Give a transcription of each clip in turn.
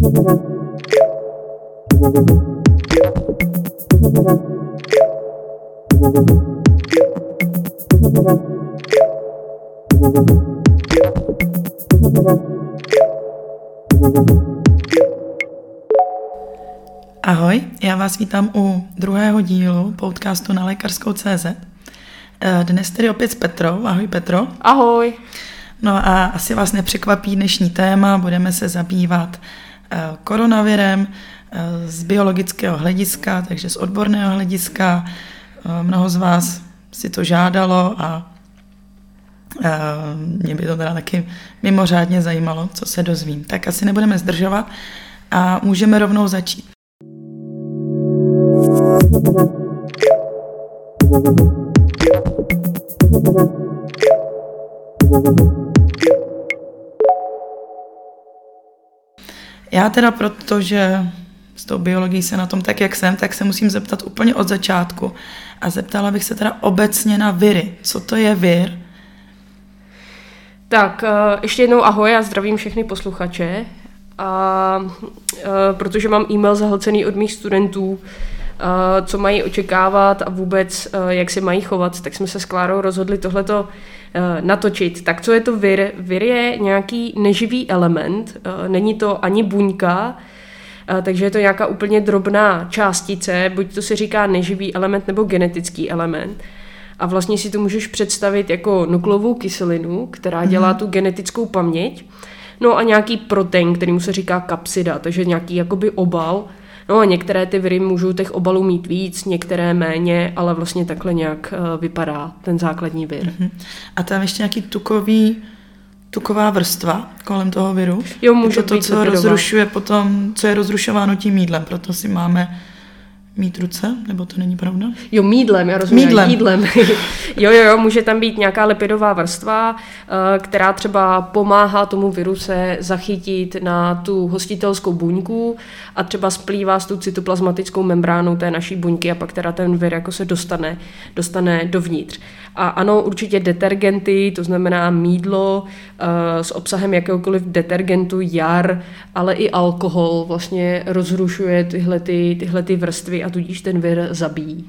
Ahoj, já vás vítám u druhého dílu podcastu na lékařskou.cz. Dnes tedy opět s Petrou. Ahoj Petro. Ahoj. No a asi vás nepřekvapí dnešní téma, budeme se zabývat koronavirem z biologického hlediska, takže z odborného hlediska. Mnoho z vás si to žádalo a mě by to teda taky mimořádně zajímalo, co se dozvím. Tak asi nebudeme zdržovat a můžeme rovnou začít. Já teda, protože s tou biologií se na tom tak, jak jsem, tak se musím zeptat úplně od začátku. A zeptala bych se teda obecně na viry. Co to je vir? Tak, ještě jednou ahoj a zdravím všechny posluchače. Protože mám e-mail zahlcený od mých studentů, co mají očekávat a vůbec, jak se mají chovat, tak jsme se s Klárou rozhodli tohleto natočit. Tak co je to vir? Vir je nějaký neživý element, není to ani buňka, takže je to nějaká úplně drobná částice, buď to se říká neživý element nebo genetický element. A vlastně si to můžeš představit jako nukleovou kyselinu, která dělá tu genetickou paměť, no a nějaký protein, kterýmu se říká kapsida, takže nějaký jakoby obal. No a některé ty viry můžou těch obalů mít víc, některé méně, ale vlastně takhle nějak vypadá ten základní vir. A tam ještě nějaký tuková vrstva kolem toho viru? Jo, může je to, co rozrušuje potom, co je rozrušováno tím jídlem, proto si máme mít ruce, nebo to není pravda? Jo, mýdlem, já rozumím. Jídlem. Jo, může tam být nějaká lipidová vrstva, která třeba pomáhá tomu viru se zachytit na tu hostitelskou buňku a třeba splývá s tou cytoplazmatickou membránou té naší buňky a pak teda ten vir jako se dostane dovnitř. A ano, určitě detergenty, to znamená mýdlo s obsahem jakéhokoliv detergentu, jar, ale i alkohol vlastně rozrušuje tyhle vrstvy a tudíž ten vir zabíjí.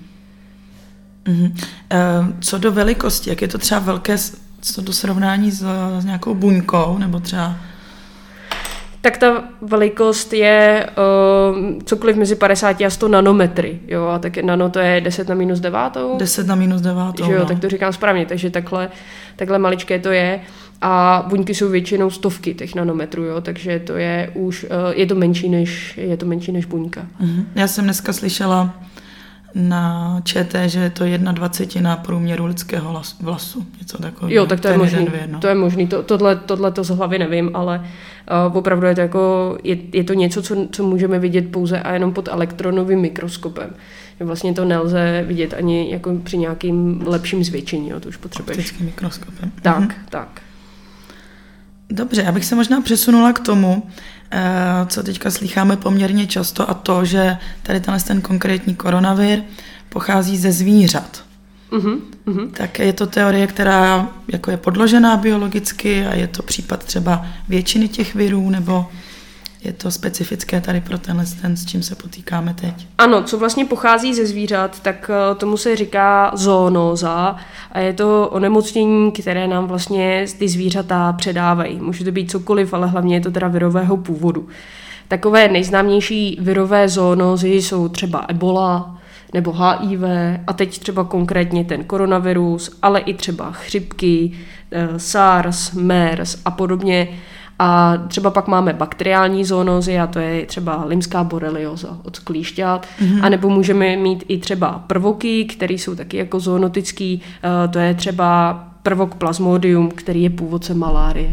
Co do velikosti, jak je to třeba velké, co do srovnání s nějakou buňkou, nebo třeba... Tak ta velikost je cokoliv mezi 50 a 100 nanometry. Jo? A tak nano to je 10 na minus 9. 10 na minus 9. Že jo, tak to říkám správně. Takže takhle maličké to je. A buňky jsou většinou stovky těch nanometrů, jo? Takže to je už, je to menší než buňka. Já jsem dneska slyšela na ČT, že je to 1/20 průměru lidského vlasu. Něco takového. Jo, tak to je možný. To je možný. Tohle to z hlavy nevím, ale opravdu je to jako, je to něco, co můžeme vidět pouze a jenom pod elektronovým mikroskopem. Vlastně to nelze vidět ani jako při nějakým lepším zvětšení, jo? To už potřebuješ. Optickým mikroskopem. Tak. Dobře, abych se možná přesunula k tomu, co teďka slycháme poměrně často, a to, že tady ten konkrétní koronavir pochází ze zvířat. Tak je to teorie, která jako je podložená biologicky a je to případ třeba většiny těch virů, nebo je to specifické tady pro ten, s čím se potýkáme teď? Ano, co vlastně pochází ze zvířat, tak tomu se říká zoonóza a je to onemocnění, které nám vlastně ty zvířata předávají. Může to být cokoliv, ale hlavně je to teda virového původu. Takové nejznámější virové zoonózy jsou třeba ebola nebo HIV a teď třeba konkrétně ten koronavirus, ale i třeba chřipky, SARS, MERS a podobně. A třeba pak máme bakteriální zoonózy a to je třeba limská borelioza od klíšťat. A nebo můžeme mít i třeba prvoky, které jsou taky jako zoonotický. To je třeba prvok plasmodium, který je původcem malárie.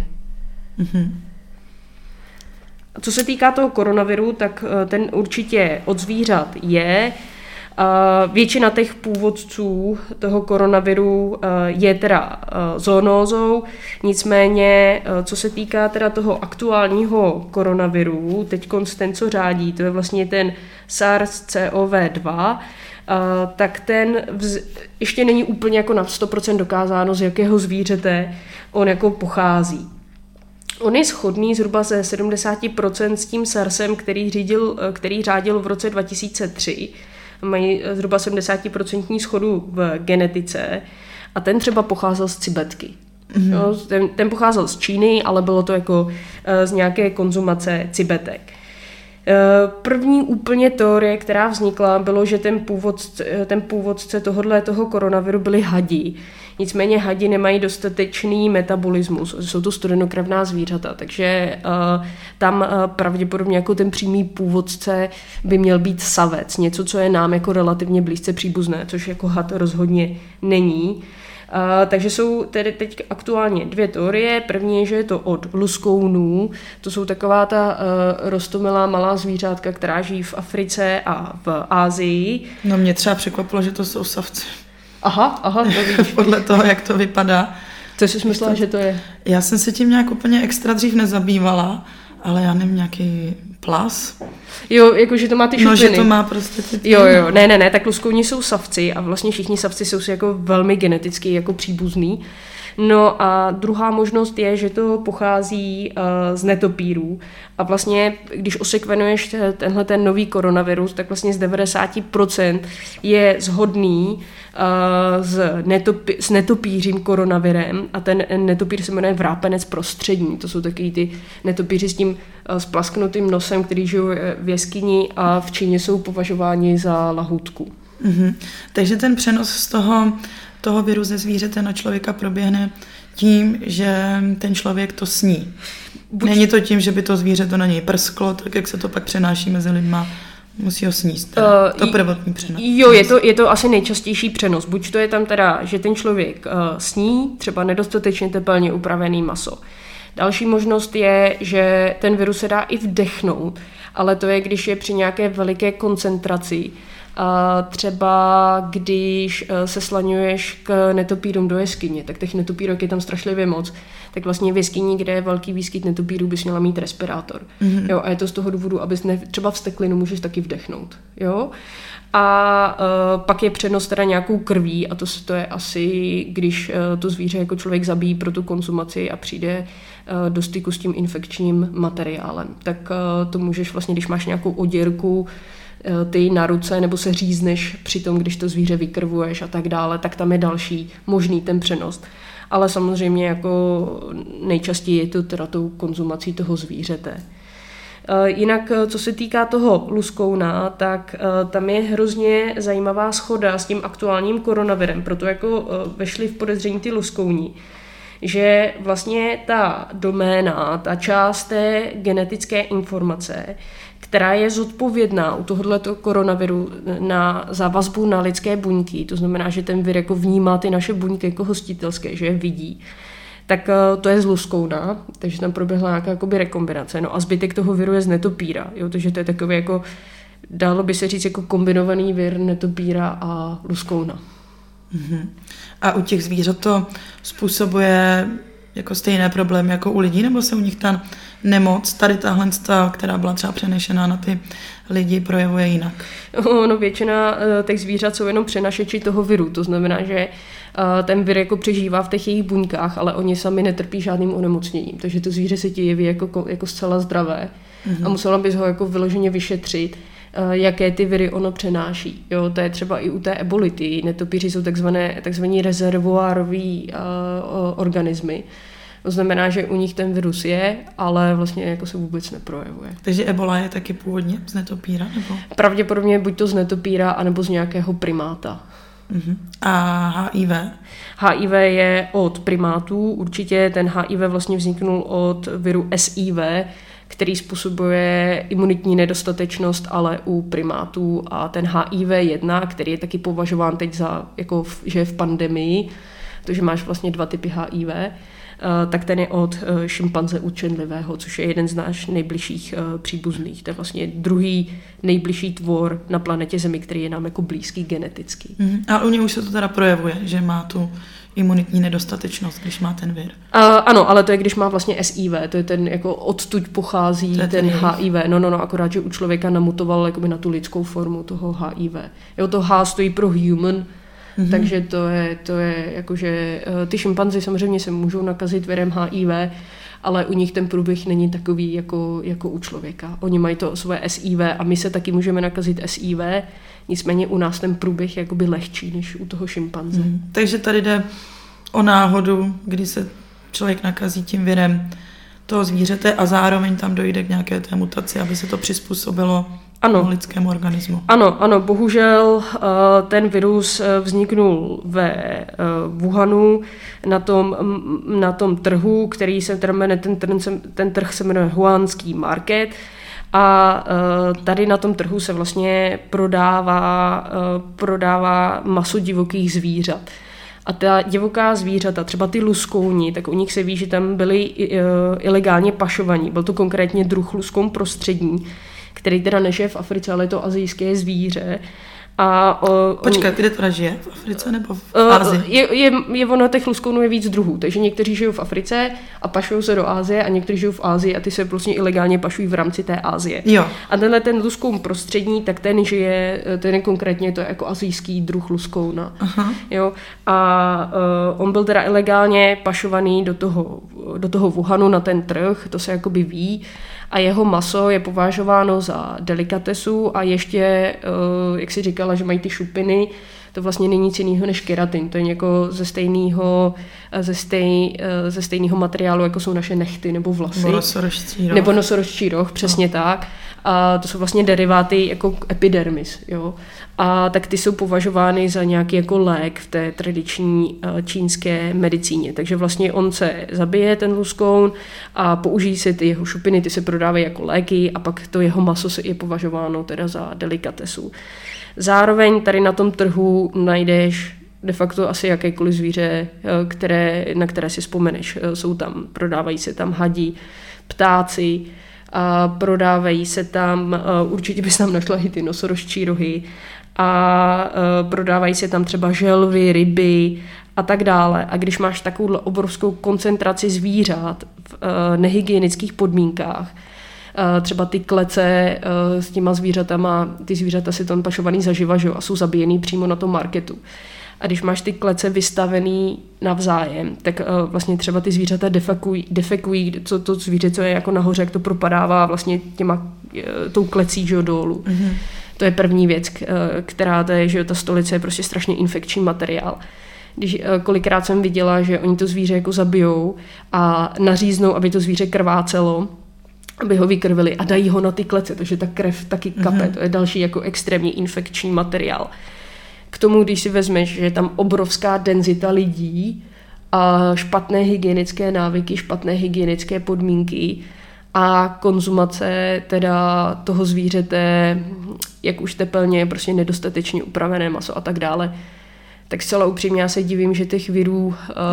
Co se týká toho koronaviru, tak ten určitě od zvířat je. Většina těch původců toho koronaviru je teda zoonózou, nicméně co se týká teda toho aktuálního koronaviru, teď ten, co řádí, to je vlastně ten SARS-CoV-2, tak ten ještě není úplně jako na 100% dokázáno, z jakého zvířete on jako pochází. On je shodný zhruba ze 70% s tím SARSem, který řádil v roce 2003. Mají zhruba 70% shodu v genetice a ten třeba pocházel z cibetky. Jo, ten pocházel z Číny, ale bylo to jako z nějaké konzumace cibetek. První úplně teorie, která vznikla, bylo, že ten původce toho koronaviru byli hadi. Nicméně hadi nemají dostatečný metabolismus, jsou to studenokrevná zvířata, takže tam pravděpodobně jako ten přímý původce by měl být savec, něco, co je nám jako relativně blízce příbuzné, což jako had rozhodně není. Takže jsou tedy teď aktuálně 2 teorie. První je, že je to od luskounů. To jsou taková ta roztomilá malá zvířátka, která žijí v Africe a v Asii. No mě třeba překvapilo, že to jsou savci. Aha, to víš. Podle toho, jak to vypadá. Co jsi myslela, že to je? Já jsem se tím nějak úplně extra dřív nezabývala, ale já nevím, nějaký plas. Jo, jakože to má ty šupiny. No, že to má prostě ty... Jo, ne, tak luskouni jsou savci a vlastně všichni savci jsou si jako velmi geneticky jako příbuzný. No a druhá možnost je, že to pochází z netopírů a vlastně, když osekvenuješ tenhle ten nový koronavirus, tak vlastně z 90% je shodný s netopířím koronavirem a ten netopír se jmenuje vrápenec prostřední. To jsou takový ty netopíři s tím splasknutým nosem, který žijou v jeskyni a v Číně jsou považováni za lahůdku. Takže ten přenos z toho viru ze zvířete na člověka proběhne tím, že ten člověk to sní. Není to tím, že by to zvíře to na něj prsklo, tak jak se to pak přenáší mezi lidma, musí ho sníst. To prvotní přenos. Jo, je to asi nejčastější přenos. Buď to je tam teda, že ten člověk sní třeba nedostatečně tepelně upravený maso. Další možnost je, že ten virus se dá i vdechnout, ale to je, když je při nějaké veliké koncentraci. Třeba když se slaňuješ k netopírům do jeskyně, tak těch netopírok je tam strašlivě moc, tak vlastně v jeskyni, kde je velký výskyt netopírů, bys měla mít respirátor. Jo, a je to z toho důvodu, abys třeba vsteklinu můžeš taky vdechnout. Jo? A pak je přenos teda nějakou krví a to je asi, když to zvíře jako člověk zabíjí pro tu konzumaci a přijde do styku s tím infekčním materiálem. Tak to můžeš vlastně, když máš nějakou oděrku, ty na ruce, nebo se řízneš při tom, když to zvíře vykrvuješ a tak dále, tak tam je další možný ten přenos. Ale samozřejmě jako nejčastěji je to teda tou konzumací toho zvířete. Jinak, co se týká toho luskouna, tak tam je hrozně zajímavá shoda s tím aktuálním koronavirem, proto jako vešli v podezření ty luskouni, že vlastně ta doména, ta část té genetické informace, která je zodpovědná u tohoto koronaviru za vazbu na lidské buňky, to znamená, že ten vir jako vnímá ty naše buňky jako hostitelské, že je vidí, tak to je z luskouna, takže tam proběhla nějaká jakoby rekombinace. No a zbytek toho viru je z netopíra, jo, takže to je takový jako, dalo by se říct jako kombinovaný vir netopíra a luskouna. A u těch zvířat to způsobuje jako stejné problémy jako u lidí, nebo se u nich ta nemoc, tady tahle, která byla třeba přenešená na ty lidi, projevuje jinak? No, většina těch zvířat jsou jenom přenašeči toho viru, to znamená, že ten vir jako přežívá v těch jejich buňkách, ale oni sami netrpí žádným onemocněním, takže to zvíře se ti jeví jako zcela zdravé a musela bys ho jako vyloženě vyšetřit, jaké ty viry ono přenáší. Jo, to je třeba i u té eboli. Ty netopíři jsou takzvaní rezervoároví organismy. To znamená, že u nich ten virus je, ale vlastně jako se vůbec neprojevuje. Takže ebola je taky původně z netopíra? Nebo? Pravděpodobně buď to z netopíra, anebo z nějakého primáta. A HIV? HIV je od primátů. Určitě ten HIV vlastně vzniknul od viru SIV, který způsobuje imunitní nedostatečnost, ale u primátů, a ten HIV-1, který je taky považován teď za, jako že je v pandemii, protože máš vlastně 2 typy HIV, tak ten je od šimpanze učenlivého, což je jeden z našich nejbližších příbuzných. To je vlastně druhý nejbližší tvor na planetě Zemi, který je nám jako blízký geneticky. A u něj už se to teda projevuje, že má tu imunitní nedostatečnost, když má ten vir. Ano, ale to je, když má vlastně SIV, to je ten, jako odtud pochází ten HIV. No, akorát, že u člověka namutoval jakoby na tu lidskou formu toho HIV. Jo, to H stojí pro human, takže to je jakože ty šimpanzi samozřejmě se můžou nakazit virem HIV, ale u nich ten průběh není takový jako u člověka. Oni mají to svoje SIV a my se taky můžeme nakazit SIV, nicméně u nás ten průběh je jakoby lehčí než u toho šimpanze. Takže tady jde o náhodu, kdy se člověk nakazí tím virem toho zvířete a zároveň tam dojde k nějaké té mutaci, aby se to přizpůsobilo lidskému organismu. Ano, bohužel ten virus vzniknul ve Wuhanu na tom trhu, který se teda jmenuje, ten trh se jmenuje Wuhanský market a tady na tom trhu se vlastně prodává maso divokých zvířat. A ta divoká zvířata, třeba ty luskouni, tak u nich se ví, že tam byli ilegálně pašovaní. Byl to konkrétně druh luskoun prostřední, který teda nežije v Africe, ale je to asijské zvíře. Počkej, kde teda žije? V Africe nebo v Asii? Ono těch luskounů je víc druhů, takže někteří žijou v Africe a pašují se do Asie a někteří žijou v Asii a ty se prostě ilegálně pašují v rámci té Asie. Jo. A tenhle ten luskoun prostřední, tak ten je konkrétně to jako asijský druh luskouna. Jo. A on byl teda ilegálně pašovaný do toho Wuhanu na ten trh, to se jakoby ví. A jeho maso je považováno za delikatesu a ještě, jak si říkala, že mají ty šupiny, to vlastně není nic jiného než keratin. To je jako ze stejného materiálu, jako jsou naše nehty nebo vlasy. Nebo nosorožčí roh, přesně tak. A to jsou vlastně deriváty jako epidermis. Jo? A tak ty jsou považovány za nějaký jako lék v té tradiční čínské medicíně. Takže vlastně on se zabije, ten luskoun, a použijí se ty jeho šupiny, ty se prodávají jako léky a pak to jeho maso je považováno teda za delikatesu. Zároveň tady na tom trhu najdeš de facto asi jakékoliv zvíře, na které si vzpomeneš. Prodávají se tam hadi, ptáci, a prodávají se tam, určitě bys tam našla i ty nosorožčí rohy, a prodávají se tam třeba želvy, ryby a tak dále. A když máš takovou obrovskou koncentraci zvířat v nehygienických podmínkách, třeba ty klece s těma zvířatama, ty zvířata si tam pašovaný zaživa, že? A jsou zabíjený přímo na tom marketu. A když máš ty klece vystavený navzájem, tak vlastně třeba ty zvířata defekují to zvíře, co je jako nahoře, jak to propadává vlastně tou klecí, že, dolů. Mm-hmm. To je první věc, která to je, že ta stolice je prostě strašně infekční materiál. Kolikrát jsem viděla, že oni to zvíře jako zabijou a naříznou, aby to zvíře krvácelo, aby ho vykrvili a dají ho na ty klece, takže ta krev taky kape. Mm-hmm. To je další jako extrémní infekční materiál. K tomu, když si vezmeš, že je tam obrovská denzita lidí a špatné hygienické návyky, špatné hygienické podmínky a konzumace teda toho zvířete, jak už tepelně, prostě nedostatečně upravené maso a tak dále, tak zcela upřímně já se divím, že těch virů,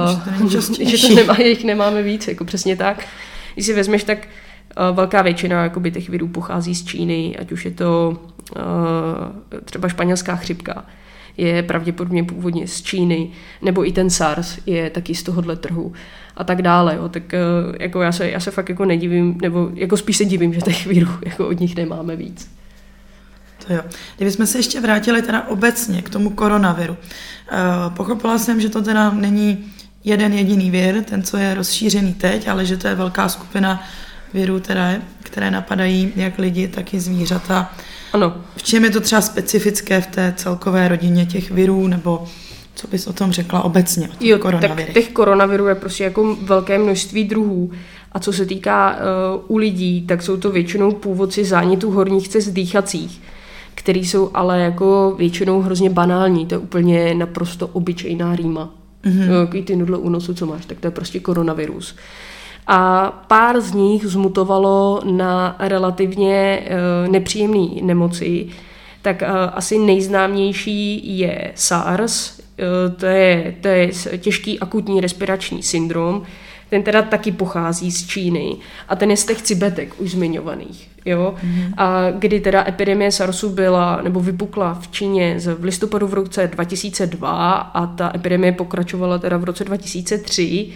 že jich nemáme víc, jako přesně tak. Když si vezmeš, tak velká většina jakoby, těch virů pochází z Číny, ať už je to třeba španělská chřipka, je pravděpodobně původně z Číny, nebo i ten SARS je taky z tohohle trhu a tak dále. Jo. Tak jako já se fakt jako nedivím, nebo jako spíš se divím, že těch virů jako od nich nemáme víc. To jo. Kdybychom se ještě vrátili teda obecně k tomu koronaviru. Pochopila jsem, že to teda není jeden jediný vir, ten, co je rozšířený teď, ale že to je velká skupina virů, které napadají jak lidi, tak i zvířata. Ano. V čem je to třeba specifické v té celkové rodině těch virů, nebo co bys o tom řekla obecně, o těch koronavirech? Tak těch koronavirů je prostě jako velké množství druhů. A co se týká u lidí, tak jsou to většinou původci zánětů horních cest dýchacích, který jsou ale jako většinou hrozně banální. To je úplně naprosto obyčejná rýma. Mm-hmm. Jaký ty nudle u nosu, co máš, tak to je prostě koronavirus. A pár z nich zmutovalo na relativně nepříjemné nemoci. Tak asi nejznámější je SARS, to je těžký akutní respirační syndrom. Ten teda taky pochází z Číny a ten je z těch cibetek už zmiňovaných. Jo? Mm-hmm. A kdy teda epidemie SARSu vypukla v Číně v listopadu v roce 2002 a ta epidemie pokračovala teda v roce 2003,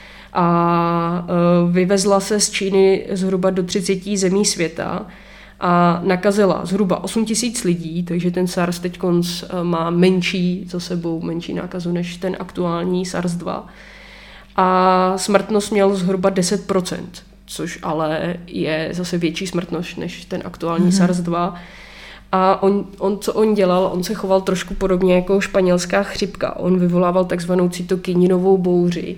a vyvezla se z Číny zhruba do 30 zemí světa a nakazila zhruba 8 000 lidí, takže ten SARS teď má menší nákazu než ten aktuální SARS-2. a smrtnost měl zhruba 10%, což ale je zase větší smrtnost než ten aktuální SARS-2. A co on dělal, on se choval trošku podobně jako španělská chřipka. On vyvolával takzvanou cytokininovou bouři,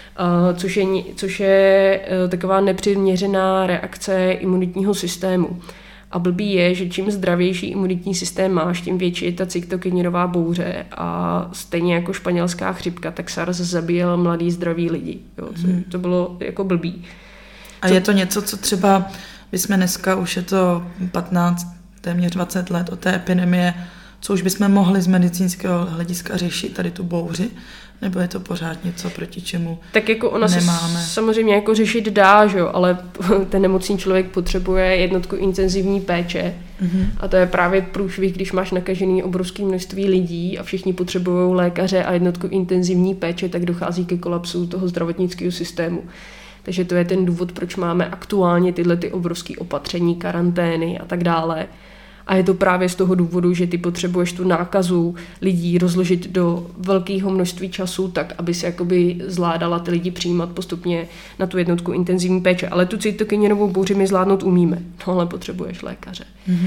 což je taková nepřiměřená reakce imunitního systému. A blbý je, že čím zdravější imunitní systém máš, tím větší je ta cytokininová bouře. A stejně jako španělská chřipka, tak SARS zabíjel mladý zdraví lidi. Jo, to bylo jako blbý. A je to něco, co třeba, my jsme dneska, už je to 15, téměř 20 let od té epidemie, co už bychom mohli z medicínského hlediska řešit, tady tu bouři, nebo je to pořád něco, proti čemu tak jako ona nemáme? Se samozřejmě jako řešit dá, že jo, ale ten nemocný člověk potřebuje jednotku intenzivní péče a to je právě průšvih, když máš nakažený obrovské množství lidí a všichni potřebují lékaře a jednotku intenzivní péče, tak dochází ke kolapsu toho zdravotnického systému. Takže to je ten důvod, proč máme aktuálně tyhle ty obrovské opatření, karantény a tak dále. A je to právě z toho důvodu, že ty potřebuješ tu nákazu lidí rozložit do velkého množství času, tak aby se jakoby zvládala ty lidi přijímat postupně na tu jednotku intenzivní péče. Ale tu cytokininovou bouři my zvládnout umíme, no ale potřebuješ lékaře.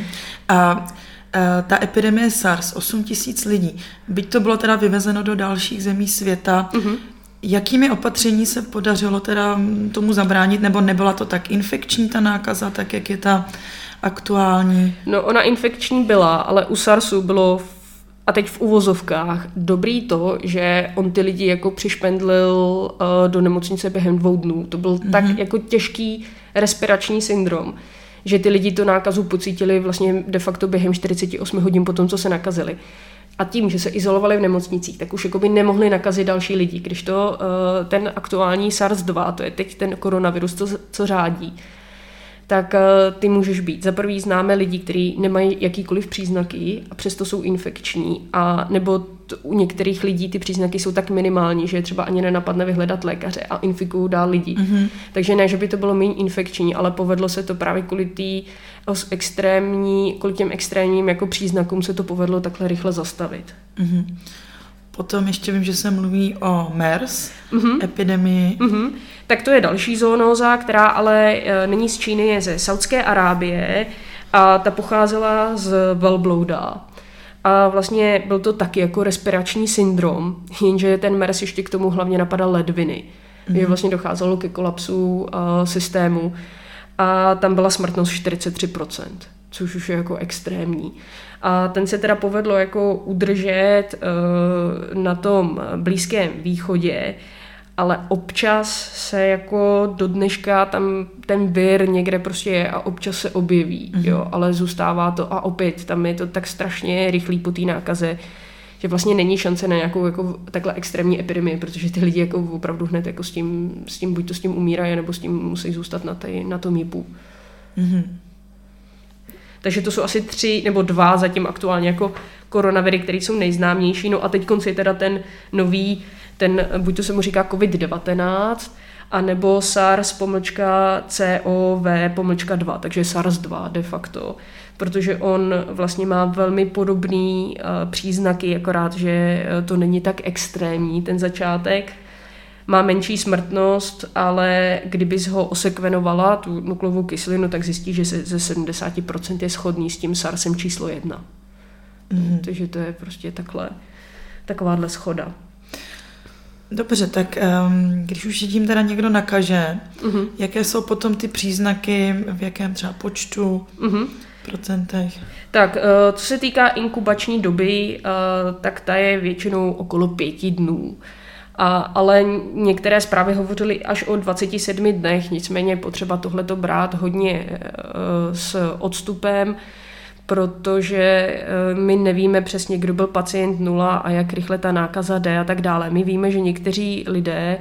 A ta epidemie SARS, 8 000 lidí, byť to bylo teda vyvezeno do dalších zemí světa, jakými opatření se podařilo teda tomu zabránit, nebo nebyla to tak infekční ta nákaza, tak jak je ta aktuální? No ona infekční byla, ale u SARSu bylo, a teď v uvozovkách, dobrý to, že on ty lidi jako přišpendlil do nemocnice během 2 dnů. To byl tak jako těžký respirační syndrom, že ty lidi tu nákazu pocítili vlastně de facto během 48 hodin po tom, co se nakazili. A tím, že se izolovali v nemocnicích, tak už jakoby nemohli nakazit další lidi. Když to ten aktuální SARS-2, to je teď ten koronavirus, co řádí, tak ty můžeš být. Za prvý známe lidi, kteří nemají jakýkoliv příznaky a přesto jsou infekční. A nebo u některých lidí ty příznaky jsou tak minimální, že třeba ani nenapadne vyhledat lékaře a infikují dál lidi. Takže ne, že by to bylo méně infekční, ale povedlo se to právě kvůli těm extrémním jako příznakům se to povedlo takhle rychle zastavit. Potom ještě vím, že se mluví o MERS, epidemii. Tak to je další zoonóza, která ale není z Číny, je ze Saudské Arábie a ta pocházela z velblouda. A vlastně byl to taky jako respirační syndrom, jenže ten MERS ještě k tomu hlavně napadal ledviny. Že vlastně docházelo ke kolapsu systému a tam byla smrtnost 43%, což už je jako extrémní. A ten se teda povedlo jako udržet na tom Blízkém východě, ale občas se jako do dneška tam ten vir někde prostě je a občas se objeví, jo, ale zůstává to a opět tam je to tak strašně rychlý po té nákaze, že vlastně není šance na nějakou jako takhle extrémní epidemii, protože ty lidi jako opravdu hned jako s tím buď to s tím umírají, nebo s tím musí zůstat na tom JIPu. Takže to jsou asi 3 nebo 2 zatím aktuálně jako koronaviry, které jsou nejznámější. No a teď konci je teda ten nový, buď to se mu říká COVID-19, anebo SARS-CoV-2, takže SARS-2 de facto, protože on vlastně má velmi podobný příznaky, akorát, že to není tak extrémní ten začátek. Má menší smrtnost, ale kdybys ho osekvenovala, tu nukleovou kyselinu, tak zjistí, že ze 70% je shodný s tím SARSem číslo 1. Takže to je prostě takováhle shoda. Dobře, tak když už je tím teda někdo nakažen, jaké jsou potom ty příznaky, v jakém třeba počtu, procentech? Tak, co se týká inkubační doby, tak ta je většinou okolo 5 dnů. Ale některé zprávy hovořily až o 27 dnech, nicméně je potřeba tohleto brát hodně s odstupem, protože my nevíme přesně, kdo byl pacient 0 a jak rychle ta nákaza jde a tak dále. My víme, že někteří lidé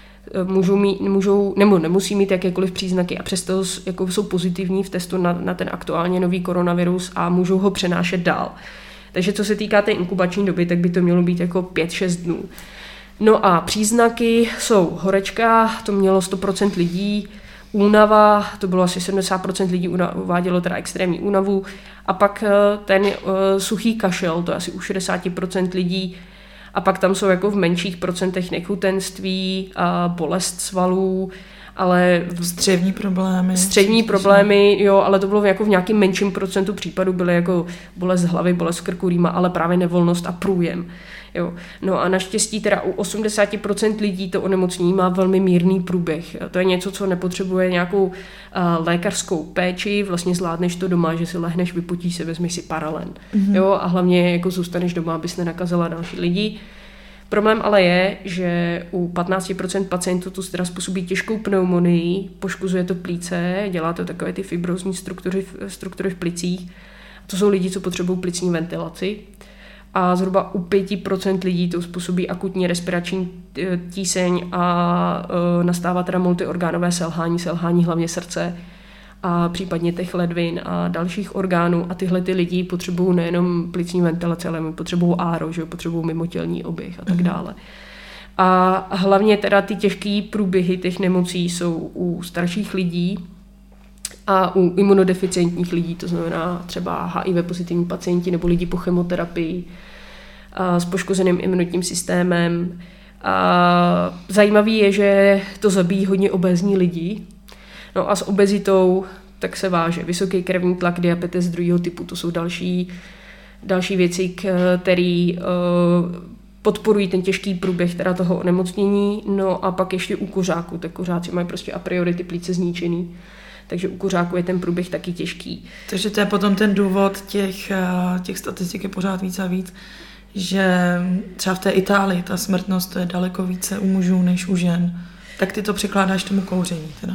nemusí mít jakékoliv příznaky a přesto jako jsou pozitivní v testu na ten aktuálně nový koronavirus a můžou ho přenášet dál. Takže co se týká té inkubační doby, tak by to mělo být jako 5-6 dnů. No a příznaky jsou horečka, to mělo 100% lidí, únava, to bylo asi 70% lidí uvádělo teda extrémní únavu a pak ten suchý kašel, to je asi u 60% lidí A pak tam jsou jako v menších procentech nechutenství a bolest svalů, ale střevní problémy, jo, ale to bylo jako v nějakém menším procentu případů, byly jako bolest hlavy, bolest krku, rýma, ale právě nevolnost a průjem. Jo. No a naštěstí teda u 80% lidí to onemocnění má velmi mírný průběh. To je něco, co nepotřebuje nějakou lékařskou péči, vlastně zvládneš to doma, že si lehneš, vypotíš se, vezmeš si paralen. Jo, a hlavně jako zůstaneš doma, abys nenakazila další lidi. Problém ale je, že u 15% pacientů to teda způsobí těžkou pneumonii, poškozuje to plíce, dělá to takové ty fibrozní struktury v plicích. To jsou lidi, co potřebují plicní ventilaci. A zhruba u 5% lidí to způsobí akutní respirační tíseň a nastává teda multiorgánové selhání hlavně srdce a případně těch ledvin a dalších orgánů. A tyhle ty lidi potřebují nejenom plicní ventilaci, ale potřebují áro, že potřebují mimotělní oběh a tak dále. A hlavně teda ty těžké průběhy těch nemocí jsou u starších lidí a u imunodeficientních lidí, to znamená třeba HIV pozitivní pacienti nebo lidi po chemoterapii a s poškozeným imunitním systémem. A zajímavý je, že to zabíjí hodně obézní lidi. No a s obezitou tak se váže vysoký krevní tlak, diabetes druhého typu, to jsou další věci, které podporují ten těžký průběh teda toho onemocnění. No a pak ještě u kuřáků, tak kuřáci mají prostě a priori ty plíce zničený. Takže u kuřáků je ten průběh taky těžký. Takže to je potom ten důvod těch statistik je pořád víc a víc, že třeba v té Itálii ta smrtnost je daleko více u mužů než u žen. Tak ty to přikládáš tomu kouření teda?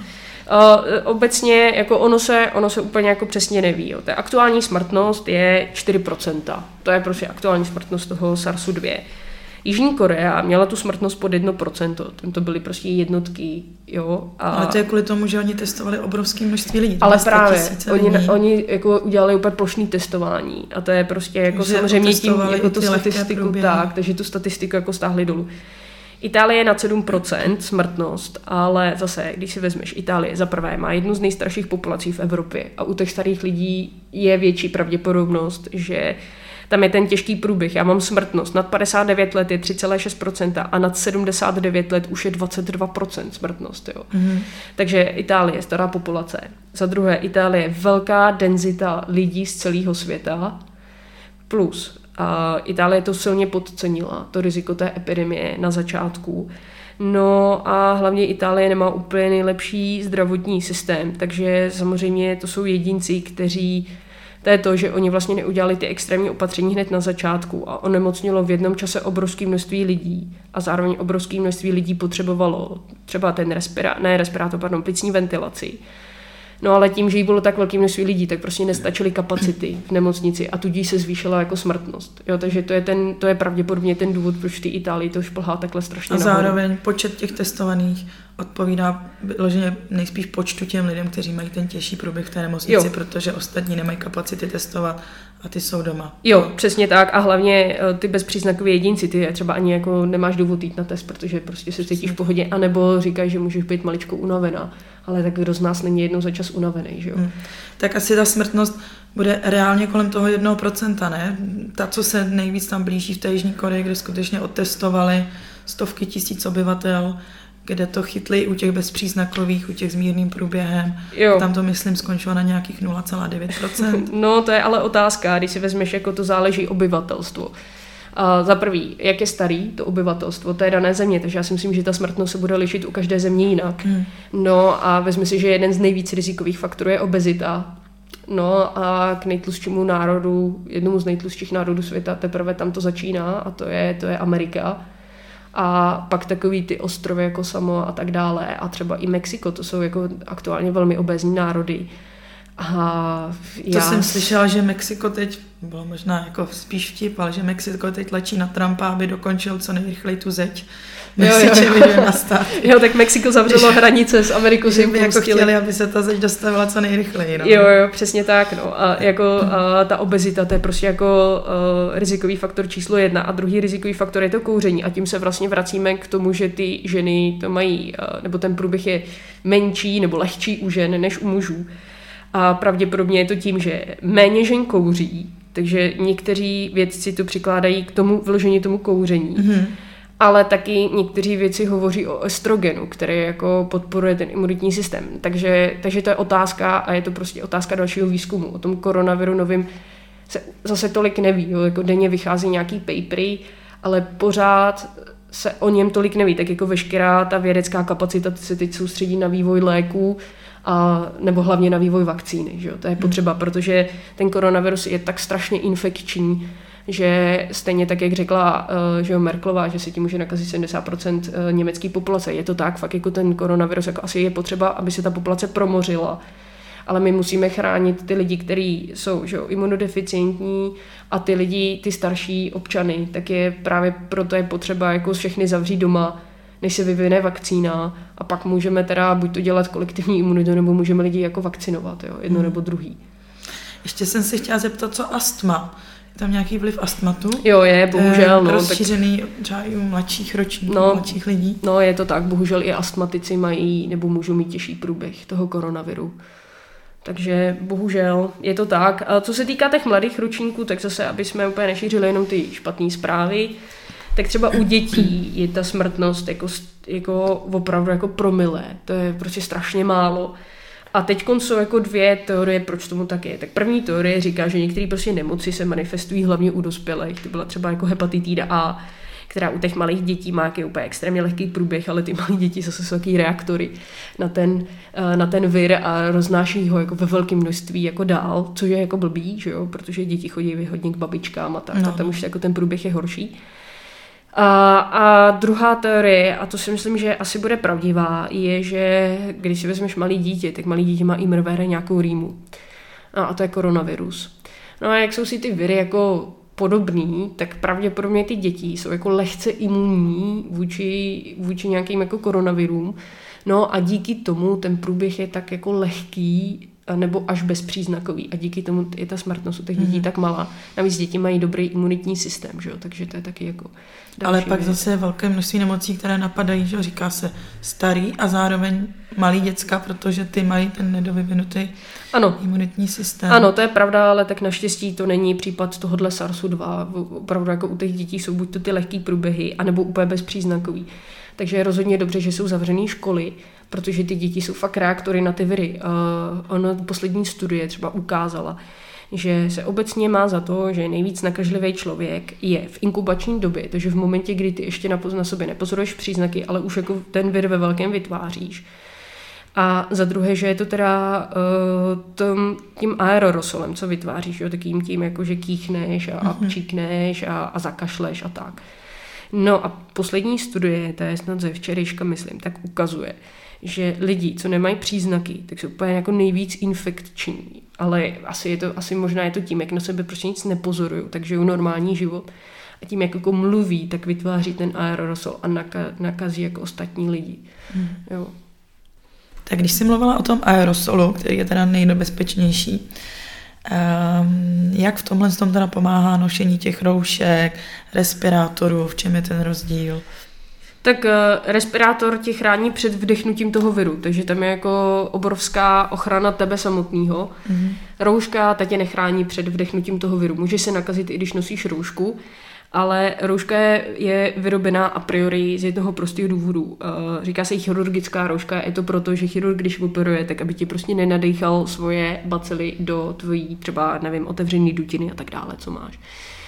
Obecně jako ono se úplně jako přesně neví. Jo. Ta aktuální smrtnost je 4%. To je prostě aktuální smrtnost toho SARS-2. Jižní Korea měla tu smrtnost pod 1%, tam to byly prostě jednotky, jo. Ale to je kvůli tomu, že oni testovali obrovské množství lidí. Ale právě, oni jako udělali úplně plošné testování a to je prostě jako takže samozřejmě tím jako tu statistiku tak, takže tu statistiku jako stáhli dolů. Itálie je na 7% smrtnost, ale zase, když si vezmeš, Itálie za prvé má jednu z nejstarších populací v Evropě a u těch starých lidí je větší pravděpodobnost, že tam je ten těžký průběh. Já mám smrtnost. Nad 59 let je 3,6% a nad 79 let už je 22% smrtnost. Jo. Takže Itálie je stará populace. Za druhé, Itálie je velká denzita lidí z celého světa. Plus Itálie to silně podcenila, to riziko té epidemie na začátku. No a hlavně Itálie nemá úplně nejlepší zdravotní systém, takže samozřejmě to jsou jedinci, kteří to je to, že oni vlastně neudělali ty extrémní opatření hned na začátku a onemocnilo v jednom čase obrovské množství lidí a zároveň obrovské množství lidí potřebovalo třeba ten plicní ventilaci. No ale tím, že jí bylo tak velké množství lidí, tak prostě nestačily kapacity v nemocnici a tudíž se zvýšila jako smrtnost. Jo, takže to je pravděpodobně ten důvod, proč v té Itálii to šplhá takhle strašně nahoru. A zároveň počet těch testovaných odpovídá vyloženě nejspíš počtu těm lidem, kteří mají ten těžší průběh v té nemocnici, protože ostatní nemají kapacity testovat a ty jsou doma. Jo, přesně tak a hlavně ty bezpříznakoví jedinci, ty třeba ani jako nemáš důvod jít na test, protože prostě se cítíš v pohodě, anebo říkáš, že můžeš být maličko unavená, ale tak kdo z nás není jednou za čas unavený, že jo? Tak asi ta smrtnost bude reálně kolem toho 1%, ne? Ta, co se nejvíc tam blíží v té Jižní Koreji, kde skutečně otestovali stovky tisíc obyvatel, kde to chytli u těch bezpříznakových, u těch s mírným průběhem. Jo. Tam to, myslím, skončilo na nějakých 0,9%. No, to je ale otázka, když si vezmeš, jako to záleží obyvatelstvo. Za prvý, jak je starý to obyvatelstvo té dané země, takže já si myslím, že ta smrtnost se bude lišit u každé země jinak. No a vezmi si, že jeden z nejvíc rizikových faktorů je obezita. No a k nejtlustšímu národu, jednomu z nejtlustších národů světa, teprve tam to začíná a to je Amerika. A pak takový ty ostrovy jako Samoa a tak dále a třeba i Mexiko, to jsou jako aktuálně velmi obézní národy. To jsem slyšela, že Mexiko teď, bylo možná jako spíš vtip, ale že Mexiko teď tlačí na Trumpa, aby dokončil co nejrychleji tu zeď. Jo, tak Mexiko zavřelo hranice s Amerikou. Že by jako chtěli, aby se ta zeď dostavila co nejrychleji. No. Jo, přesně tak. No. A jako ta obezita, to je prostě jako rizikový faktor číslo 1 a druhý rizikový faktor je to kouření a tím se vlastně vracíme k tomu, že ty ženy to mají, nebo ten průběh je menší nebo lehčí u žen než u mužů. A pravděpodobně je to tím, že méně žen kouří Takže někteří vědci to přikládají k tomu vyložení tomu kouření. Ale taky někteří vědci hovoří o estrogenu, který jako podporuje ten imunitní systém. Takže to je otázka a je to prostě otázka dalšího výzkumu. O tom koronaviru novým se zase tolik neví. Jo? Jako denně vychází nějaký papery, ale pořád se o něm tolik neví. Tak jako veškerá ta vědecká kapacita se teď soustředí na vývoj léků nebo hlavně na vývoj vakcíny. Že jo? To je potřeba, protože ten koronavirus je tak strašně infekční, že stejně tak, jak řekla že Merkelová, že se tím může nakazit 70% německé populace. Je to tak, fakt jako ten koronavirus, jako asi je potřeba, aby se ta populace promořila. Ale my musíme chránit ty lidi, kteří jsou že, imunodeficientní a ty lidi, ty starší občany, tak je právě proto je potřeba jako všechny zavřít doma, než se vyvine vakcína a pak můžeme teda buď to dělat kolektivní imunitu, nebo můžeme lidi jako vakcinovat, jo, jedno nebo druhý. Ještě jsem si chtěla zeptat, co astma. Je tam nějaký vliv astmatu? Jo, je, bohužel. Rozšířený třeba i u mladších ročníků, mladších lidí? No, je to tak, bohužel i astmatici mají nebo můžou mít těžší průběh toho koronaviru. Takže bohužel je to tak. A co se týká těch mladých ročníků, tak zase, aby jsme úplně nešířili jenom ty špatné zprávy, tak třeba u dětí je ta smrtnost jako opravdu jako promile. To je prostě strašně málo. A teď jsou jako dvě teorie, proč tomu tak je. Tak první teorie říká, že některé prostě nemoci se manifestují hlavně u dospělých. To byla třeba jako hepatitida A, která u těch malých dětí má úplně extrémně lehký průběh, ale ty malé děti zase jsou taky reaktory na ten vir a roznáší ho jako ve velkém množství jako dál, což je jako blbý, že jo? Protože děti chodí hodně k babičkám a tak, tak tam už jako ten průběh je horší. A druhá teorie, a to si myslím, že asi bude pravdivá, je, že když si vezmeš malý dítě, tak malý dítě má imrvére nějakou rýmu. A to je koronavirus. No a jak jsou si ty viry jako podobný, tak pravděpodobně ty děti jsou jako lehce imunní vůči nějakým jako koronavirům. No a díky tomu ten průběh je tak jako lehký nebo až bezpříznakový a díky tomu je ta smrtnost u těch dětí tak malá. Navíc děti mají dobrý imunitní systém, že jo? Takže to je taky jako ale pak věc. Zase je velké množství nemocí, které napadají, že jo? Říká se starý a zároveň malý děcka, protože ty mají ten nedovyvinutý imunitní systém. Ano, to je pravda, ale tak naštěstí to není případ tohohle SARSu-2. Opravdu jako u těch dětí jsou buď to ty lehký průběhy, anebo úplně bezpříznakový. Takže je rozhodně dobře, že jsou zavřené školy, protože ty děti jsou fakt reaktory na ty viry. Poslední studie třeba ukázala, že se obecně má za to, že nejvíc nakažlivý člověk je v inkubační době, takže v momentě, kdy ty ještě na sobě nepozoruješ příznaky, ale už jako ten vir ve velkém vytváříš. A za druhé, že je to teda tím aerosolem, co vytváříš, jo, takým tím, jako že kýchneš a číkneš a zakašleš a tak. No a poslední studie, to je snad ze včerejška, myslím, tak ukazuje, že lidi, co nemají příznaky, tak jsou úplně jako nejvíc infekční. Ale asi možná je to tím, jak na sebe prostě nic nepozorují, takže žijou normální život. A tím, jak jako mluví, tak vytváří ten aerosol a nakazí jako ostatní lidi. Jo. Tak když jsi mluvila o tom aerosolu, který je teda nejnebezpečnější, jak v tomhle tom teda pomáhá nošení těch roušek, respirátorů, v čem je ten rozdíl? Tak respirátor tě chrání před vdechnutím toho viru, takže tam je jako obrovská ochrana tebe samotného. Rouška ta tě nechrání před vdechnutím toho viru. Můžeš se nakazit, i když nosíš roušku, ale rouška je vyrobená a priori z jednoho prostého důvodu. Říká se jí chirurgická rouška, je to proto, že chirurg, když operuje, tak aby ti prostě nenadechal svoje bacily do tvojí třeba, nevím, otevřený dutiny a tak dále, co máš.